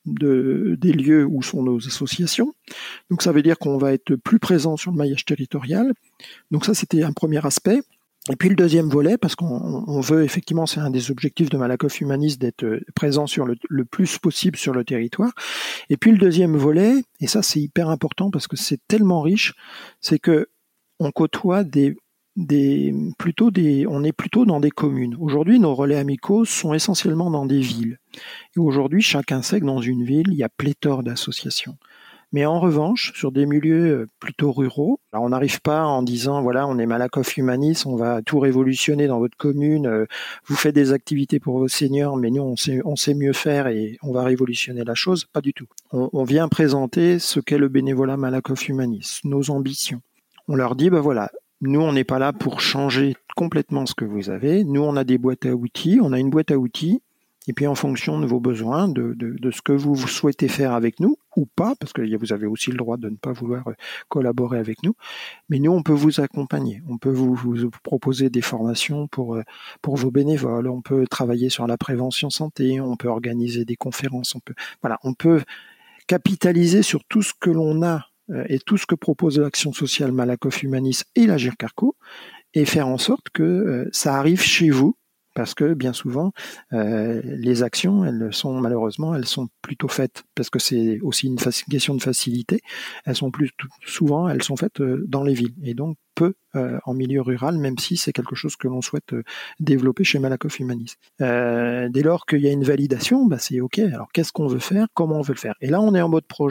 de, des lieux où sont nos associations. Donc ça veut dire qu'on va être plus présent sur le maillage territorial. Donc ça, c'était un premier aspect. Et puis le deuxième volet, parce qu'on on veut effectivement, c'est un des objectifs de Malakoff Humanis, d'être présent sur le, le plus possible sur le territoire. Et puis le deuxième volet, et ça c'est hyper important parce que c'est tellement riche, c'est que on côtoie des, des, plutôt des, on est plutôt dans des communes. Aujourd'hui, nos relais amicaux sont essentiellement dans des villes. Et aujourd'hui, chacun sait que dans une ville, il y a pléthore d'associations. Mais en revanche, sur des milieux plutôt ruraux, alors on n'arrive pas en disant, voilà, on est Malakoff Humanis, on va tout révolutionner dans votre commune, euh, vous faites des activités pour vos seniors, mais nous, on sait, on sait mieux faire et on va révolutionner la chose. Pas du tout. On, on vient présenter ce qu'est le bénévolat Malakoff Humanis, nos ambitions. On leur dit, ben voilà, nous, on n'est pas là pour changer complètement ce que vous avez. Nous, on a des boîtes à outils, on a une boîte à outils. Et puis en fonction de vos besoins, de, de, de ce que vous souhaitez faire avec nous, ou pas, parce que vous avez aussi le droit de ne pas vouloir collaborer avec nous, mais nous, on peut vous accompagner, on peut vous, vous proposer des formations pour, pour vos bénévoles, on peut travailler sur la prévention santé, on peut organiser des conférences, on peut, voilà, on peut capitaliser sur tout ce que l'on a et tout ce que propose l'action sociale Malakoff Humanis et la Gircarco, et faire en sorte que ça arrive chez vous. Parce que bien souvent, euh, les actions, elles sont malheureusement, elles sont plutôt faites, parce que c'est aussi une, faci- une question de facilité, elles sont plus tout, souvent, elles sont faites euh, dans les villes, et donc peu euh, en milieu rural, même si c'est quelque chose que l'on souhaite euh, développer chez Malakoff Humanis. Euh, dès lors qu'il y a une validation, bah c'est OK, alors qu'est-ce qu'on veut faire, comment on veut le faire ? Et là, on est en mode projet.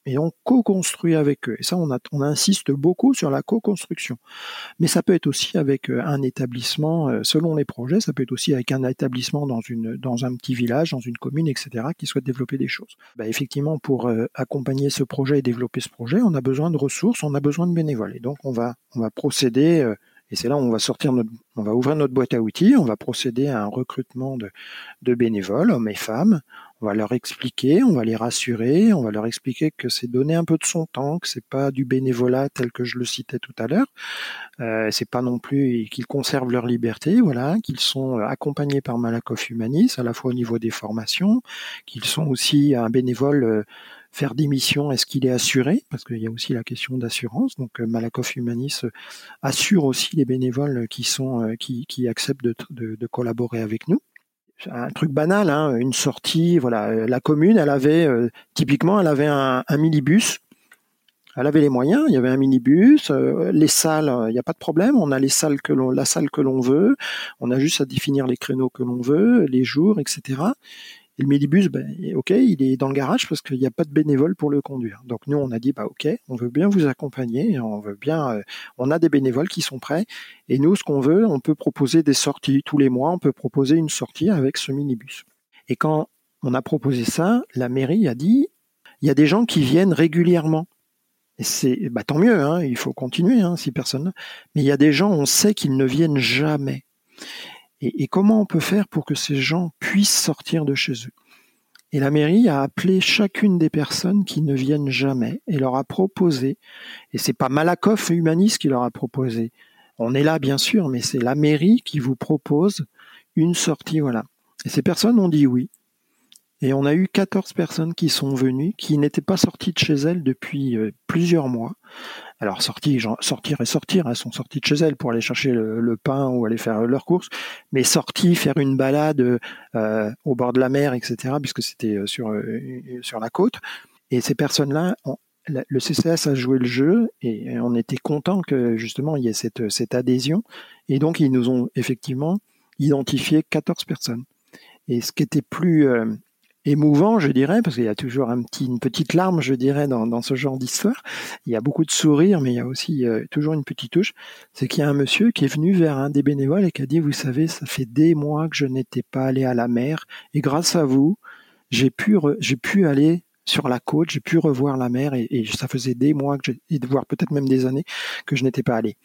et on co-construit avec eux. Et ça, on, a, on insiste beaucoup sur la co-construction. Mais ça peut être aussi avec un établissement, selon les projets, ça peut être aussi avec un établissement dans, une, dans un petit village, dans une commune, et cetera, qui souhaite développer des choses. Bah, effectivement, pour euh, accompagner ce projet et développer ce projet, on a besoin de ressources, on a besoin de bénévoles. Et donc, on va, on va procéder, euh, et c'est là où on va sortir notre, on va ouvrir notre boîte à outils, on va procéder à un recrutement de, de bénévoles, hommes et femmes. On va leur expliquer, on va les rassurer, on va leur expliquer que c'est donner un peu de son temps, que c'est pas du bénévolat tel que je le citais tout à l'heure. Euh, c'est pas non plus qu'ils conservent leur liberté, voilà, qu'ils sont accompagnés par Malakoff Humanis, à la fois au niveau des formations, qu'ils sont aussi un bénévole euh, faire des missions, est-ce qu'il est assuré? Parce qu'il y a aussi la question d'assurance. Donc euh, Malakoff Humanis euh, assure aussi les bénévoles qui sont euh, qui, qui acceptent de, de, de collaborer avec nous. Un truc banal, hein, une sortie, voilà, la commune, elle avait, euh, typiquement, elle avait un, un minibus, elle avait les moyens, il y avait un minibus, euh, les salles, il n'y a pas de problème, on a les salles que l'on, la salle que l'on veut, on a juste à définir les créneaux que l'on veut, les jours, et cetera. Et le minibus, ben, ok, il est dans le garage parce qu'il n'y a pas de bénévoles pour le conduire. Donc nous, on a dit, bah ok, on veut bien vous accompagner, on veut bien, euh, on a des bénévoles qui sont prêts. Et nous, ce qu'on veut, on peut proposer des sorties tous les mois, on peut proposer une sortie avec ce minibus. Et quand on a proposé ça, la mairie a dit, il y a des gens qui viennent régulièrement. Et c'est, bah tant mieux, hein, il faut continuer, hein, si personne. Mais il y a des gens, on sait qu'ils ne viennent jamais. Et, et comment on peut faire pour que ces gens puissent sortir de chez eux? Et la mairie a appelé chacune des personnes qui ne viennent jamais et leur a proposé, et c'est pas Malakoff Humanis qui leur a proposé, on est là bien sûr, mais c'est la mairie qui vous propose une sortie, voilà. Et ces personnes ont dit oui. Et on a eu quatorze personnes qui sont venues, qui n'étaient pas sorties de chez elles depuis euh, plusieurs mois. Alors sortir, genre, sortir et sortir, elles sont sorties de chez elles pour aller chercher le, le pain ou aller faire leurs courses, mais sorties, faire une balade euh, au bord de la mer, et cetera, puisque c'était sur, euh, sur la côte. Et ces personnes-là, on, la, le C C S a joué le jeu et on était content que justement il y ait cette, cette adhésion. Et donc ils nous ont effectivement identifié quatorze personnes. Et ce qui était plus... Euh, émouvant, je dirais, parce qu'il y a toujours un petit, une petite larme, je dirais, dans, dans ce genre d'histoire. Il y a beaucoup de sourires, mais il y a aussi euh, toujours une petite touche. C'est qu'il y a un monsieur qui est venu vers un des bénévoles et qui a dit, vous savez, ça fait des mois que je n'étais pas allé à la mer, et grâce à vous, j'ai pu, re, j'ai pu aller sur la côte, j'ai pu revoir la mer, et, et ça faisait des mois, que je, et voire peut-être même des années, que je n'étais pas allé.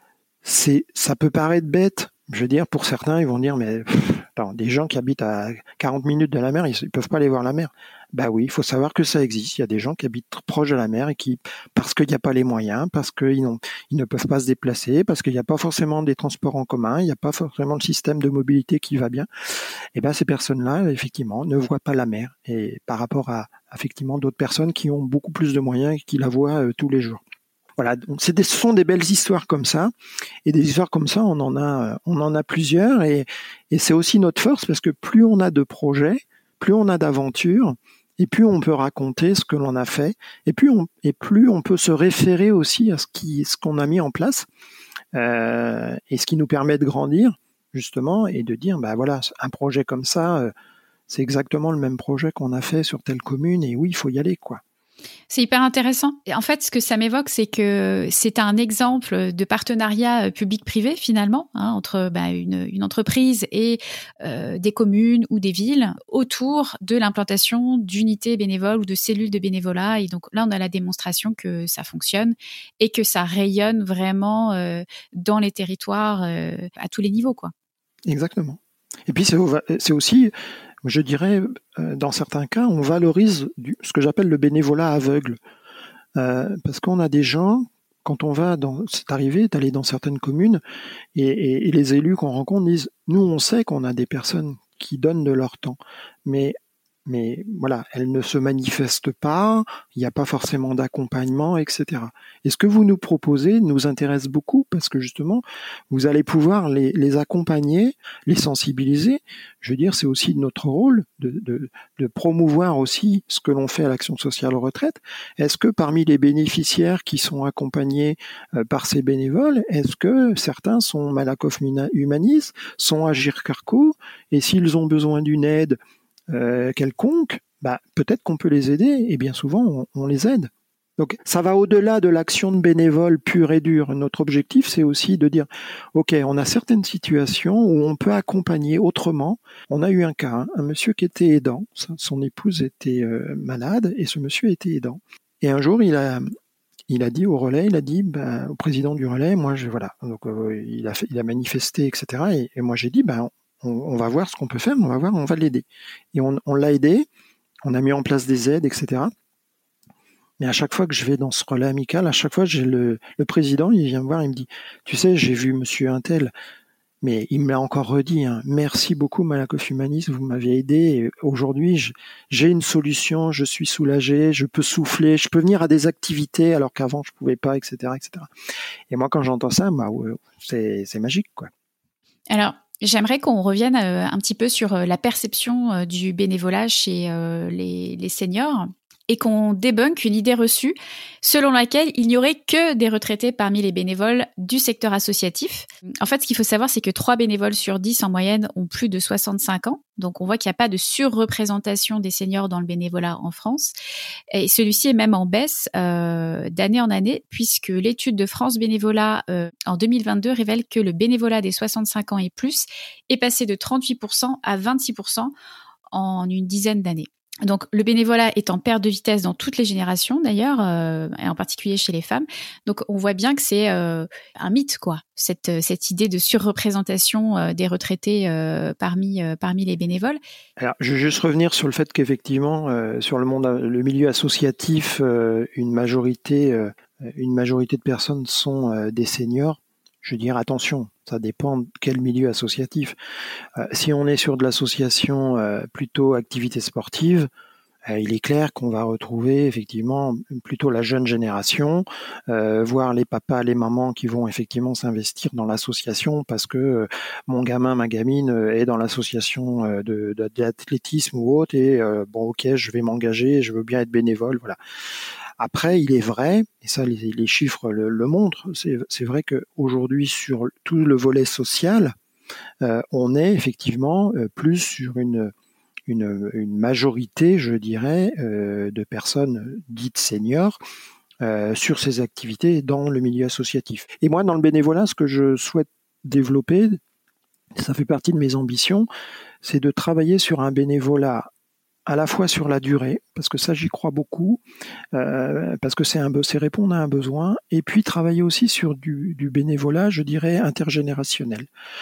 C'est, ça peut paraître bête, je veux dire, pour certains, ils vont dire, mais pff, attends, des gens qui habitent à quarante minutes de la mer, ils ne peuvent pas aller voir la mer. Bah oui, il faut savoir que ça existe. Il y a des gens qui habitent proche de la mer et qui, parce qu'il n'y a pas les moyens, parce qu'ils n'ont, ils ne peuvent pas se déplacer, parce qu'il n'y a pas forcément des transports en commun, il n'y a pas forcément le système de mobilité qui va bien. Et ben ces personnes-là, effectivement, ne voient pas la mer. Et par rapport à, effectivement, d'autres personnes qui ont beaucoup plus de moyens et qui la voient euh, tous les jours. Voilà, c'est des, ce sont des belles histoires comme ça, et des histoires comme ça, on en a, on en a plusieurs, et, et c'est aussi notre force parce que plus on a de projets, plus on a d'aventures, et plus on peut raconter ce que l'on a fait, et plus on, et plus on peut se référer aussi à ce qui, ce qu'on a mis en place, euh, et ce qui nous permet de grandir justement et de dire, bah voilà, un projet comme ça, euh, c'est exactement le même projet qu'on a fait sur telle commune, et oui, il faut y aller, quoi. C'est hyper intéressant. Et en fait, ce que ça m'évoque, c'est que c'est un exemple de partenariat public-privé, finalement, hein, entre bah, une, une entreprise et euh, des communes ou des villes autour de l'implantation d'unités bénévoles ou de cellules de bénévolat. Et donc là, on a la démonstration que ça fonctionne et que ça rayonne vraiment euh, dans les territoires euh, à tous les niveaux, quoi. Exactement. Et puis, c'est, c'est aussi... Je dirais, dans certains cas, on valorise du, ce que j'appelle le bénévolat aveugle. Euh, parce qu'on a des gens, quand on va dans, c'est arrivé d'aller dans certaines communes, et, et, et les élus qu'on rencontre disent, nous on sait qu'on a des personnes qui donnent de leur temps, mais mais voilà, elles ne se manifestent pas, il n'y a pas forcément d'accompagnement, et cetera. Et ce que vous nous proposez nous intéresse beaucoup parce que justement, vous allez pouvoir les, les accompagner, les sensibiliser. Je veux dire, c'est aussi notre rôle de, de, de promouvoir aussi ce que l'on fait à l'Action sociale retraite. Est-ce que parmi les bénéficiaires qui sont accompagnés euh, par ces bénévoles, est-ce que certains sont Malakoff Humanis, sont Agir Carco, et s'ils ont besoin d'une aide Euh, quelconque, bah, peut-être qu'on peut les aider, et bien souvent, on, on les aide. Donc ça va au-delà de l'action de bénévole pure et dure. Notre objectif, c'est aussi de dire, ok, on a certaines situations où on peut accompagner autrement. On a eu un cas, hein, un monsieur qui était aidant, son épouse était euh, malade et ce monsieur était aidant. Et un jour, il a, il a dit au relais, il a dit ben, au président du relais, moi, je, voilà, donc euh, il a fait, il a manifesté, et cetera. Et, et moi, j'ai dit, ben, on, on va voir ce qu'on peut faire, on va voir, on va l'aider. Et on, on l'a aidé, on a mis en place des aides, et cetera. Mais à chaque fois que je vais dans ce relais amical, à chaque fois, j'ai le, le président, il vient me voir, il me dit, tu sais, j'ai vu monsieur Untel, mais il me l'a encore redit, hein, merci beaucoup Malakoff Humanis, vous m'avez aidé, et aujourd'hui, je, j'ai une solution, je suis soulagé, je peux souffler, je peux venir à des activités alors qu'avant je pouvais pas, et cetera, et cetera. Et moi, quand j'entends ça, bah, ouais, c'est, c'est magique, quoi. Alors, j'aimerais qu'on revienne euh, un petit peu sur euh, la perception euh, du bénévolat chez euh, les, les seniors, et qu'on débunk une idée reçue selon laquelle il n'y aurait que des retraités parmi les bénévoles du secteur associatif. En fait, ce qu'il faut savoir, c'est que trois bénévoles sur dix en moyenne ont plus de soixante-cinq ans. Donc, on voit qu'il n'y a pas de surreprésentation des seniors dans le bénévolat en France. Et celui-ci est même en baisse euh, d'année en année, puisque l'étude de France Bénévolat euh, en deux mille vingt-deux révèle que le bénévolat des soixante-cinq ans et plus est passé de trente-huit pour cent à vingt-six pour cent en une dizaine d'années. Donc, le bénévolat est en perte de vitesse dans toutes les générations, d'ailleurs, euh, et en particulier chez les femmes. Donc, on voit bien que c'est euh, un mythe, quoi, cette, cette idée de surreprésentation euh, des retraités euh, parmi, euh, parmi les bénévoles. Alors, je veux juste revenir sur le fait qu'effectivement, euh, sur le monde, le milieu associatif, euh, une majorité, euh, une majorité de personnes sont euh, des seniors. Je veux dire, attention, ça dépend de quel milieu associatif. Euh, si on est sur de l'association euh, plutôt activité sportive, euh, il est clair qu'on va retrouver effectivement plutôt la jeune génération, euh, voire les papas, les mamans qui vont effectivement s'investir dans l'association parce que euh, mon gamin, ma gamine est dans l'association euh, de, de, d'athlétisme ou autre et euh, bon ok, je vais m'engager, je veux bien être bénévole, voilà. Après, il est vrai, et ça les, les chiffres le, le montrent, c'est, c'est vrai qu'aujourd'hui sur tout le volet social, euh, on est effectivement euh, plus sur une, une, une majorité, je dirais, euh, de personnes dites seniors euh, sur ces activités dans le milieu associatif. Et moi, dans le bénévolat, ce que je souhaite développer, ça fait partie de mes ambitions, c'est de travailler sur un bénévolat à la fois sur la durée, parce que ça j'y crois beaucoup, euh, parce que c'est, un, c'est répondre à un besoin, et puis travailler aussi sur du, du bénévolat, je dirais, intergénérationnel.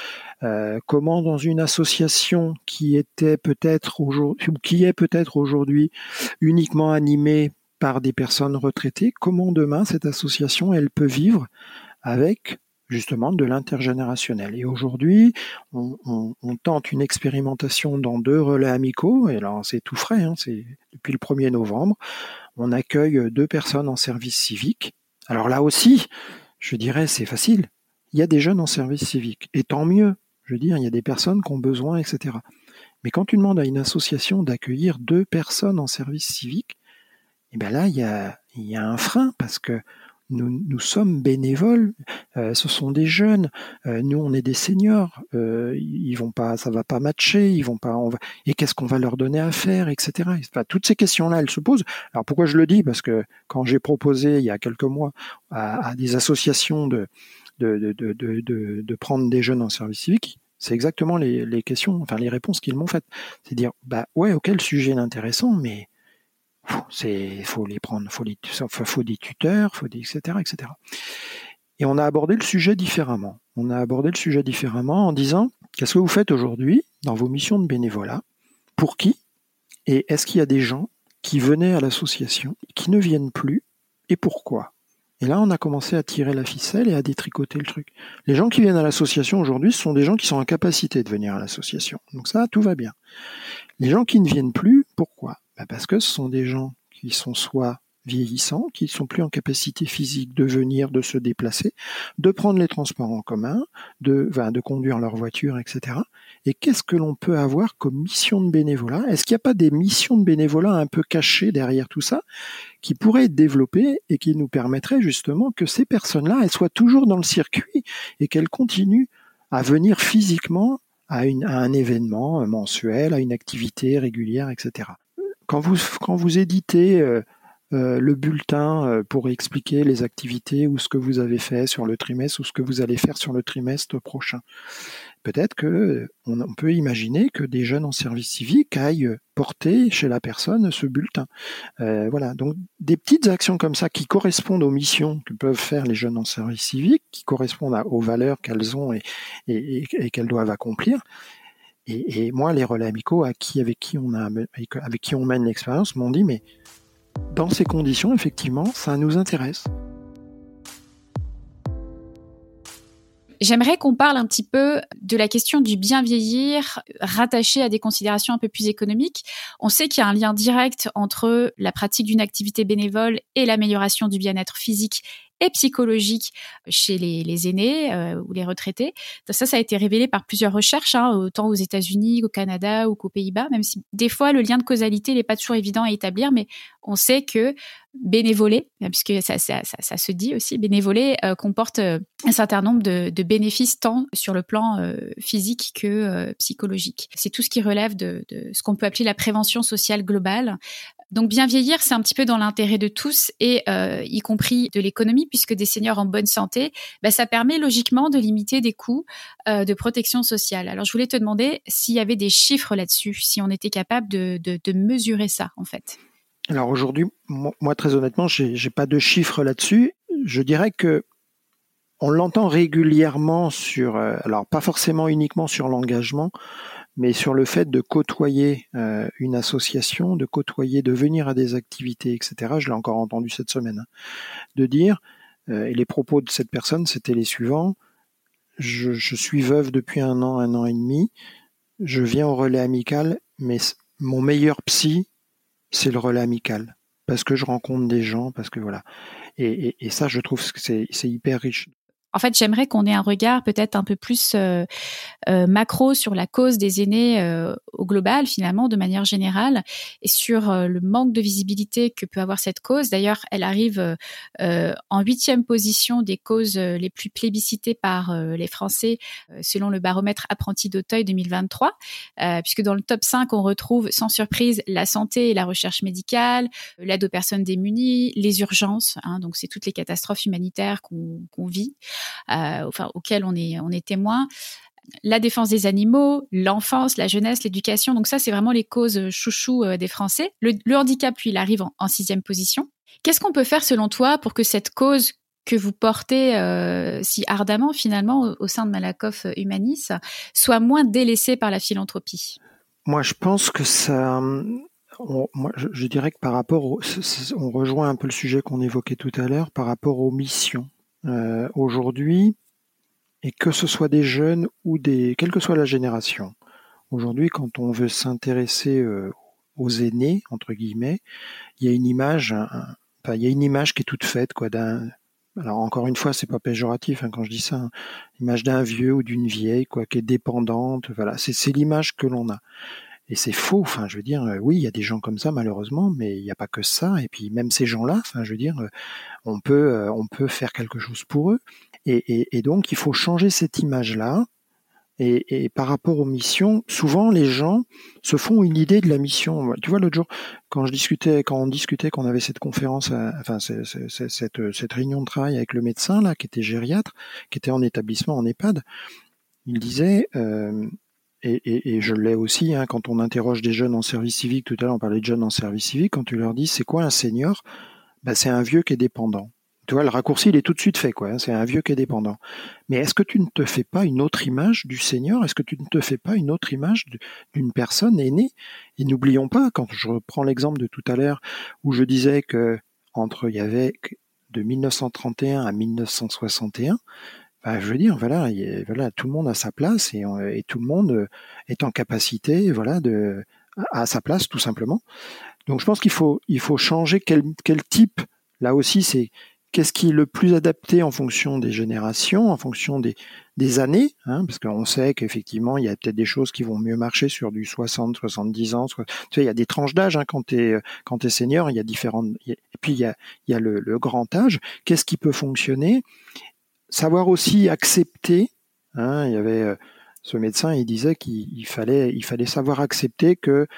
Euh, comment dans une association qui était peut-être aujourd'hui, qui est peut-être aujourd'hui uniquement animée par des personnes retraitées, comment demain cette association elle peut vivre avec justement de l'intergénérationnel. Et aujourd'hui, on, on, on tente une expérimentation dans deux relais amicaux, et alors c'est tout frais, hein, c'est depuis le premier novembre, on accueille deux personnes en service civique. Alors là aussi, je dirais, c'est facile, il y a des jeunes en service civique, et tant mieux, je veux dire, il y a des personnes qui ont besoin, et cetera. Mais quand tu demandes à une association d'accueillir deux personnes en service civique, et bien là, il y a, il y a un frein, parce que Nous, nous sommes bénévoles, euh, ce sont des jeunes, euh, nous on est des seniors, euh, ils vont pas, ça va pas matcher, ils vont pas, on va, et qu'est-ce qu'on va leur donner à faire, et cetera. Enfin, toutes ces questions-là, elles se posent. Alors pourquoi je le dis? Parce que quand j'ai proposé il y a quelques mois à, à des associations de de, de, de, de, de, de prendre des jeunes en service civique, c'est exactement les, les questions, enfin les réponses qu'ils m'ont faites. C'est dire, bah ouais, ok, le sujet est intéressant, mais c'est, faut les prendre, faut les, faut des tuteurs, faut des, et cetera, et cetera. Et on a abordé le sujet différemment. On a abordé le sujet différemment en disant, qu'est-ce que vous faites aujourd'hui dans vos missions de bénévolat? Pour qui? Et est-ce qu'il y a des gens qui venaient à l'association, qui ne viennent plus? Et pourquoi? Et là, on a commencé à tirer la ficelle et à détricoter le truc. Les gens qui viennent à l'association aujourd'hui, ce sont des gens qui sont en capacité de venir à l'association. Donc ça, tout va bien. Les gens qui ne viennent plus, pourquoi? Ben parce que ce sont des gens qui sont soit vieillissants, qui ne sont plus en capacité physique de venir, de se déplacer, de prendre les transports en commun, de, ben, de conduire leur voiture, et cetera. Et qu'est-ce que l'on peut avoir comme mission de bénévolat? Est-ce qu'il n'y a pas des missions de bénévolat un peu cachées derrière tout ça, qui pourraient être développées et qui nous permettraient justement que ces personnes-là, elles soient toujours dans le circuit et qu'elles continuent à venir physiquement à, une, à un événement mensuel, à une activité régulière, et cetera. quand vous quand vous éditez euh, euh, le bulletin euh, pour expliquer les activités ou ce que vous avez fait sur le trimestre ou ce que vous allez faire sur le trimestre prochain, peut-être que on, on peut imaginer que des jeunes en service civique aillent porter chez la personne ce bulletin. Euh, voilà, donc des petites actions comme ça qui correspondent aux missions que peuvent faire les jeunes en service civique, qui correspondent à, aux valeurs qu'elles ont et, et, et, et qu'elles doivent accomplir. Et, et moi, les relais amicaux à qui, avec qui on a, avec, avec qui on mène l'expérience m'ont dit, mais dans ces conditions, effectivement, ça nous intéresse. J'aimerais qu'on parle un petit peu de la question du bien vieillir rattaché à des considérations un peu plus économiques. On sait qu'il y a un lien direct entre la pratique d'une activité bénévole et l'amélioration du bien-être physique et psychologique chez les, les aînés euh, ou les retraités. Ça, ça a été révélé par plusieurs recherches, hein, autant aux États-Unis qu'au Canada ou qu'aux Pays-Bas, même si des fois le lien de causalité n'est pas toujours évident à établir, mais on sait que bénévoler, puisque ça, ça, ça, ça se dit aussi, bénévoler euh, comporte euh, un certain nombre de, de bénéfices tant sur le plan euh, physique que euh, psychologique. C'est tout ce qui relève de, de ce qu'on peut appeler la prévention sociale globale. Donc bien vieillir, c'est un petit peu dans l'intérêt de tous et euh, y compris de l'économie, puisque des seniors en bonne santé, bah, ça permet logiquement de limiter des coûts euh, de protection sociale. Alors je voulais te demander s'il y avait des chiffres là-dessus, si on était capable de, de, de mesurer ça en fait. Alors aujourd'hui, moi très honnêtement, j'ai, j'ai pas de chiffres là-dessus. Je dirais que on l'entend régulièrement sur, euh, alors pas forcément uniquement sur l'engagement, mais sur le fait de côtoyer euh, une association, de côtoyer, de venir à des activités, et cetera. Je l'ai encore entendu cette semaine, hein, de dire, euh, et les propos de cette personne, c'était les suivants, je, je suis veuve depuis un an, un an et demi, je viens au relais amical, mais mon meilleur psy, c'est le relais amical, parce que je rencontre des gens, parce que voilà. Et, et, et ça, je trouve que c'est, c'est hyper riche. En fait, j'aimerais qu'on ait un regard peut-être un peu plus euh, euh, macro sur la cause des aînés euh, au global, finalement, de manière générale, et sur euh, le manque de visibilité que peut avoir cette cause. D'ailleurs, elle arrive euh, en huitième position des causes les plus plébiscitées par euh, les Français, euh, selon le baromètre Apprenti d'Auteuil deux mille vingt-trois, euh, puisque dans le top cinq, on retrouve sans surprise la santé et la recherche médicale, l'aide aux personnes démunies, les urgences, hein, donc c'est toutes les catastrophes humanitaires qu'on, qu'on vit. Euh, enfin, auquel on est, on est témoin, la défense des animaux, l'enfance, la jeunesse, l'éducation. Donc ça, c'est vraiment les causes chouchous euh, des Français. Le, le handicap, lui, il arrive en, en sixième position. Qu'est-ce qu'on peut faire, selon toi, pour que cette cause que vous portez euh, si ardemment, finalement, au, au sein de Malakoff Humanis, soit moins délaissée par la philanthropie ? Moi, je pense que ça... On, moi, je, je dirais que par rapport... Au, on rejoint un peu le sujet qu'on évoquait tout à l'heure, par rapport aux missions. Euh, aujourd'hui, et que ce soit des jeunes ou des, quelle que soit la génération, aujourd'hui, quand on veut s'intéresser euh, aux aînés, entre guillemets, il y a une image, un, enfin, il y a une image qui est toute faite, quoi, d'un, alors encore une fois, c'est pas péjoratif hein, quand je dis ça, hein, l'image d'un vieux ou d'une vieille, quoi, qui est dépendante, voilà, c'est, c'est l'image que l'on a. Et c'est faux, enfin, je veux dire, euh, oui, il y a des gens comme ça, malheureusement, mais il n'y a pas que ça. Et puis, même ces gens-là, enfin, je veux dire, euh, on peut, euh, on peut faire quelque chose pour eux. Et, et, et donc, il faut changer cette image-là. Et, et par rapport aux missions, souvent, les gens se font une idée de la mission. Tu vois, l'autre jour, quand je discutais, quand on discutait, qu'on avait cette conférence, à, enfin, c'est, c'est, c'est, cette, cette réunion de travail avec le médecin, là, qui était gériatre, qui était en établissement, en EHPAD, il disait, euh, Et, et, et je l'ai aussi, hein, quand on interroge des jeunes en service civique, tout à l'heure on parlait de jeunes en service civique, quand tu leur dis c'est quoi un senior, ben, c'est un vieux qui est dépendant. Tu vois, le raccourci il est tout de suite fait, quoi. Hein, c'est un vieux qui est dépendant. Mais est-ce que tu ne te fais pas une autre image du senior ? Est-ce que tu ne te fais pas une autre image d'une personne aînée ? Et n'oublions pas, quand je reprends l'exemple de tout à l'heure où je disais que entre il y avait de mille neuf cent trente et un à mille neuf cent soixante et un, bah, je veux dire, voilà, y, voilà, tout le monde a sa place et, et tout le monde est en capacité, voilà, de à sa place tout simplement. Donc je pense qu'il faut il faut changer quel quel type. Là aussi, c'est qu'est-ce qui est le plus adapté en fonction des générations, en fonction des des années, hein, parce qu'on sait qu'effectivement il y a peut-être des choses qui vont mieux marcher sur du soixante, soixante-dix ans. Soit, tu sais, il y a des tranches d'âge hein, quand t'es quand t'es senior, il y a différentes. Et puis il y a il y a le, le grand âge. Qu'est-ce qui peut fonctionner? Savoir aussi accepter, hein, il y avait euh, ce médecin, il disait qu'il il fallait, il fallait savoir accepter que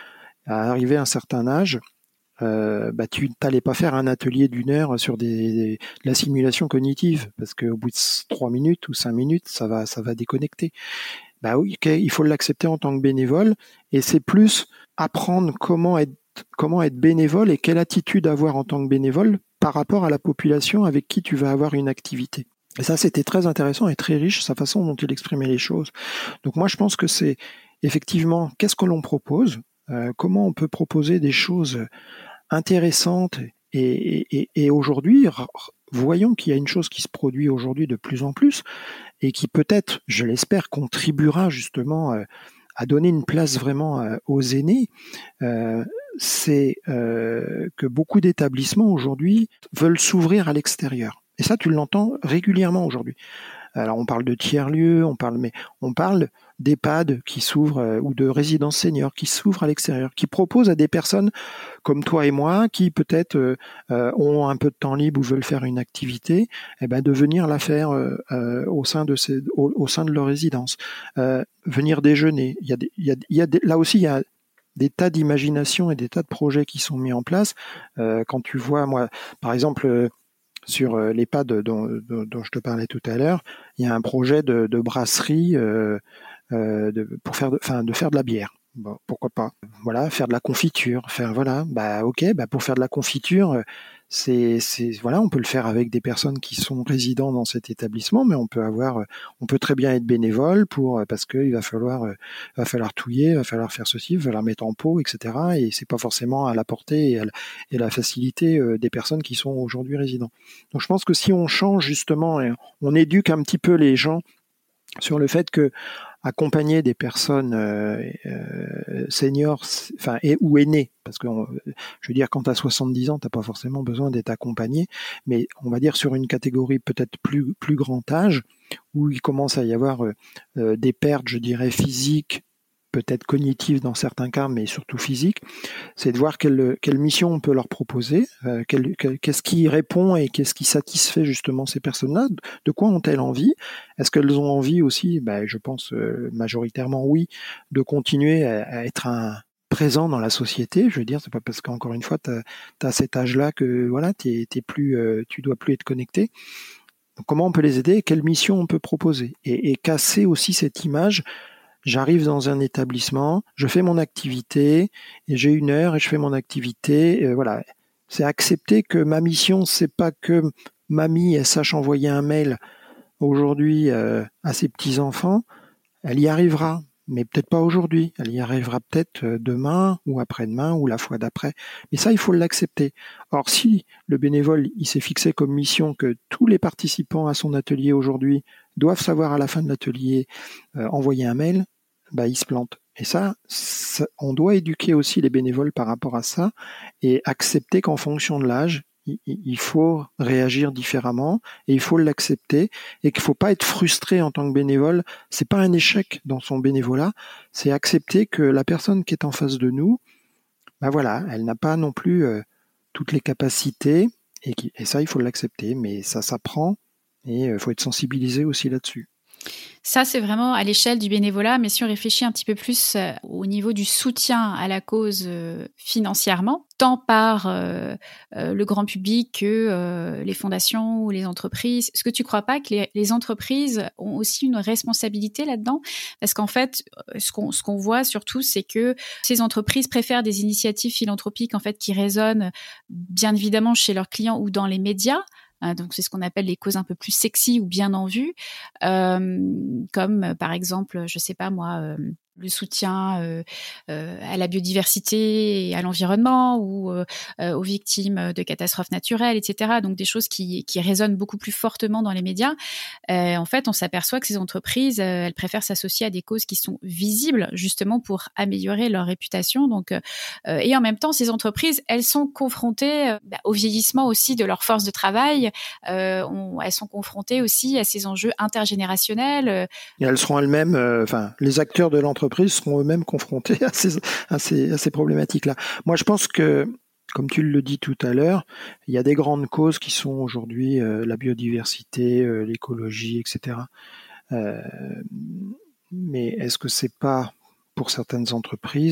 à arriver à un certain âge, euh, bah, tu n'allais pas faire un atelier d'une heure sur des, des, de la simulation cognitive, parce qu'au bout de trois minutes ou cinq minutes, ça va, ça va déconnecter. Bah oui, okay, il faut l'accepter en tant que bénévole, et c'est plus apprendre comment être, comment être bénévole et quelle attitude avoir en tant que bénévole par rapport à la population avec qui tu vas avoir une activité. Et ça, c'était très intéressant et très riche, sa façon dont il exprimait les choses. Donc moi, je pense que c'est effectivement, qu'est-ce que l'on propose, euh, comment on peut proposer des choses intéressantes, et, et, et aujourd'hui, voyons qu'il y a une chose qui se produit aujourd'hui de plus en plus, et qui peut-être, je l'espère, contribuera justement euh, à donner une place vraiment euh, aux aînés, euh, c'est euh, que beaucoup d'établissements aujourd'hui veulent s'ouvrir à l'extérieur. Et ça, tu l'entends régulièrement aujourd'hui. Alors, on parle de tiers-lieux, on parle, mais on parle d'EHPAD qui s'ouvrent euh, ou de résidences seniors qui s'ouvrent à l'extérieur, qui proposent à des personnes comme toi et moi, qui peut-être euh, euh, ont un peu de temps libre ou veulent faire une activité, eh ben de venir la faire euh, euh, au sein de ces, au, au sein de leur résidence, euh, venir déjeuner. Il y a, des, il y a, il y a des, là aussi, il y a des tas d'imagination et des tas de projets qui sont mis en place. Euh, quand tu vois, moi, par exemple. Euh, Sur l'EHPAD dont, dont, dont je te parlais tout à l'heure, il y a un projet de, de brasserie euh, euh, de, pour faire de, enfin, de faire de la bière. Bon, pourquoi pas. Voilà, faire de la confiture. Faire voilà, bah ok, bah pour faire de la confiture, c'est, c'est voilà, on peut le faire avec des personnes qui sont résidents dans cet établissement, mais on peut avoir, on peut très bien être bénévole pour parce que il va falloir, va falloir touiller, va falloir faire ceci, va falloir mettre en pot, et cetera. Et c'est pas forcément à la portée et à la, et la facilité des personnes qui sont aujourd'hui résidents. Donc je pense que si on change justement, et on éduque un petit peu les gens sur le fait que accompagner des personnes euh, euh, seniors, enfin et ou aînées, parce que on, je veux dire quand tu as soixante-dix ans, t'as pas forcément besoin d'être accompagné, mais on va dire sur une catégorie peut-être plus plus grand âge où il commence à y avoir euh, des pertes, je dirais physiques, peut-être cognitives dans certains cas, mais surtout physiques, c'est de voir quelle, quelle mission on peut leur proposer, euh, quel, quel, qu'est-ce qui répond et qu'est-ce qui satisfait justement ces personnes-là, de quoi ont-elles envie, est-ce qu'elles ont envie aussi, ben, je pense euh, majoritairement oui, de continuer à, à être un présent dans la société, je veux dire, c'est pas parce qu'encore une fois, tu as cet âge-là que voilà, t'es, t'es plus, euh, tu dois plus être connecté. Donc, comment on peut les aider et quelle mission on peut proposer, et, et casser aussi cette image. J'arrive dans un établissement, je fais mon activité, et j'ai une heure et je fais mon activité. Euh, voilà, c'est accepter que ma mission, c'est pas que mamie elle sache envoyer un mail aujourd'hui euh, à ses petits enfants. Elle y arrivera, mais peut-être pas aujourd'hui. Elle y arrivera peut-être demain ou après-demain ou la fois d'après. Mais ça, il faut l'accepter. Or, si le bénévole, il s'est fixé comme mission que tous les participants à son atelier aujourd'hui doivent savoir à la fin de l'atelier euh, envoyer un mail, bah, il se plante. Et ça, ça, on doit éduquer aussi les bénévoles par rapport à ça et accepter qu'en fonction de l'âge, il, il faut réagir différemment et il faut l'accepter et qu'il faut pas être frustré en tant que bénévole. C'est pas un échec dans son bénévolat, c'est accepter que la personne qui est en face de nous, bah voilà, elle n'a pas non plus euh, toutes les capacités et, qui, et ça, il faut l'accepter, mais ça s'apprend et il euh, faut être sensibilisé aussi là-dessus. Ça, c'est vraiment à l'échelle du bénévolat, mais si on réfléchit un petit peu plus euh, au niveau du soutien à la cause euh, financièrement, tant par euh, euh, le grand public que euh, les fondations ou les entreprises, est-ce que tu ne crois pas que les, les entreprises ont aussi une responsabilité là-dedans ? Parce qu'en fait, ce qu'on, ce qu'on voit surtout, c'est que ces entreprises préfèrent des initiatives philanthropiques en fait, qui résonnent bien évidemment chez leurs clients ou dans les médias. Donc, c'est ce qu'on appelle les causes un peu plus sexy ou bien en vue, euh, comme par exemple, je sais pas moi, euh, le soutien euh, euh, à la biodiversité et à l'environnement ou euh, aux victimes de catastrophes naturelles, et cetera. Donc, des choses qui, qui résonnent beaucoup plus fortement dans les médias. Euh, en fait, on s'aperçoit que ces entreprises, euh, elles préfèrent s'associer à des causes qui sont visibles, justement pour améliorer leur réputation. Donc, euh, et en même temps, ces entreprises, elles sont confrontées euh, bah, au vieillissement aussi de leur force de travail. Euh, on, elles sont confrontées aussi à ces enjeux intergénérationnels. Euh. Et elles seront elles-mêmes, enfin, euh, les acteurs de l'entreprise seront eux-mêmes confrontés à ces, à ces, à ces problématiques-là. Moi, je pense que, comme tu le dis tout à l'heure, il y a des grandes causes qui sont aujourd'hui euh, la biodiversité, euh, l'écologie, et cetera. Euh, mais est-ce que c'est pas pour certaines entreprises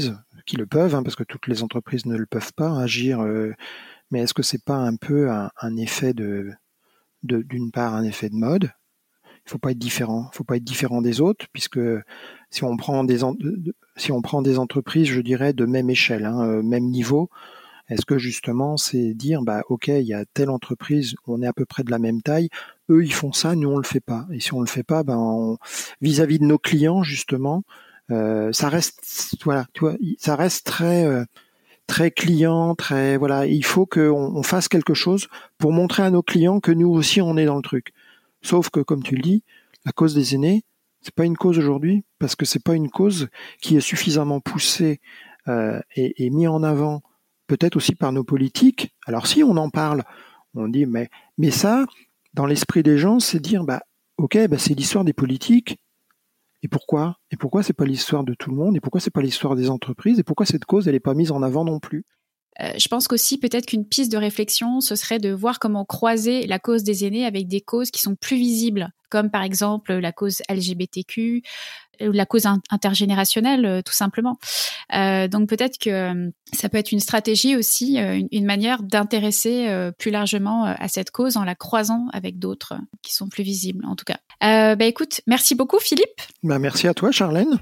qui le peuvent, hein, parce que toutes les entreprises ne le peuvent pas agir. Euh, mais est-ce que c'est pas un peu un, un effet de, de, d'une part, un effet de mode? Il faut pas être différent. Il faut pas être différent des autres, puisque si on prend des en, de, si on prend des entreprises, je dirais de même échelle, hein, même niveau. Est-ce que justement c'est dire bah ok, il y a telle entreprise, on est à peu près de la même taille, eux ils font ça, nous on le fait pas. Et si on le fait pas, ben on, vis-à-vis de nos clients justement, euh, ça reste voilà, tu vois, ça reste très euh, très client, très voilà. Il faut qu'on on fasse quelque chose pour montrer à nos clients que nous aussi on est dans le truc. Sauf que comme tu le dis, la cause des aînés, c'est pas une cause aujourd'hui parce que c'est pas une cause qui est suffisamment poussée euh, et, et mise en avant. Peut-être aussi par nos politiques. Alors si on en parle, on dit mais mais ça, dans l'esprit des gens, c'est dire bah ok, bah c'est l'histoire des politiques. Et pourquoi Et pourquoi c'est pas l'histoire de tout le monde? Et pourquoi c'est pas l'histoire des entreprises? Et pourquoi cette cause elle est pas mise en avant non plus? Euh, je pense qu'aussi peut-être qu'une piste de réflexion, ce serait de voir comment croiser la cause des aînés avec des causes qui sont plus visibles, comme par exemple la cause L G B T Q, ou la cause intergénérationnelle, euh, tout simplement. Euh, donc peut-être que euh, ça peut être une stratégie aussi, euh, une, une manière d'intéresser euh, plus largement euh, à cette cause en la croisant avec d'autres euh, qui sont plus visibles, en tout cas. Euh, bah écoute, merci beaucoup Philippe. Bah merci à toi Charlène.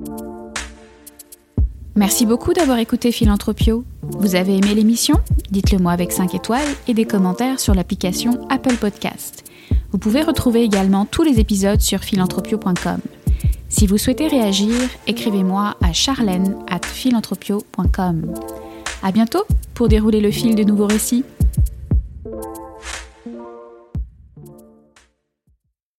Merci beaucoup d'avoir écouté Philanthropio. Vous avez aimé l'émission? Dites-le moi avec cinq étoiles et des commentaires sur l'application Apple Podcast. Vous pouvez retrouver également tous les épisodes sur philanthropio point com. Si vous souhaitez réagir, écrivez-moi à charlène arobase philanthropio point com. À bientôt pour dérouler le fil de nouveaux récits.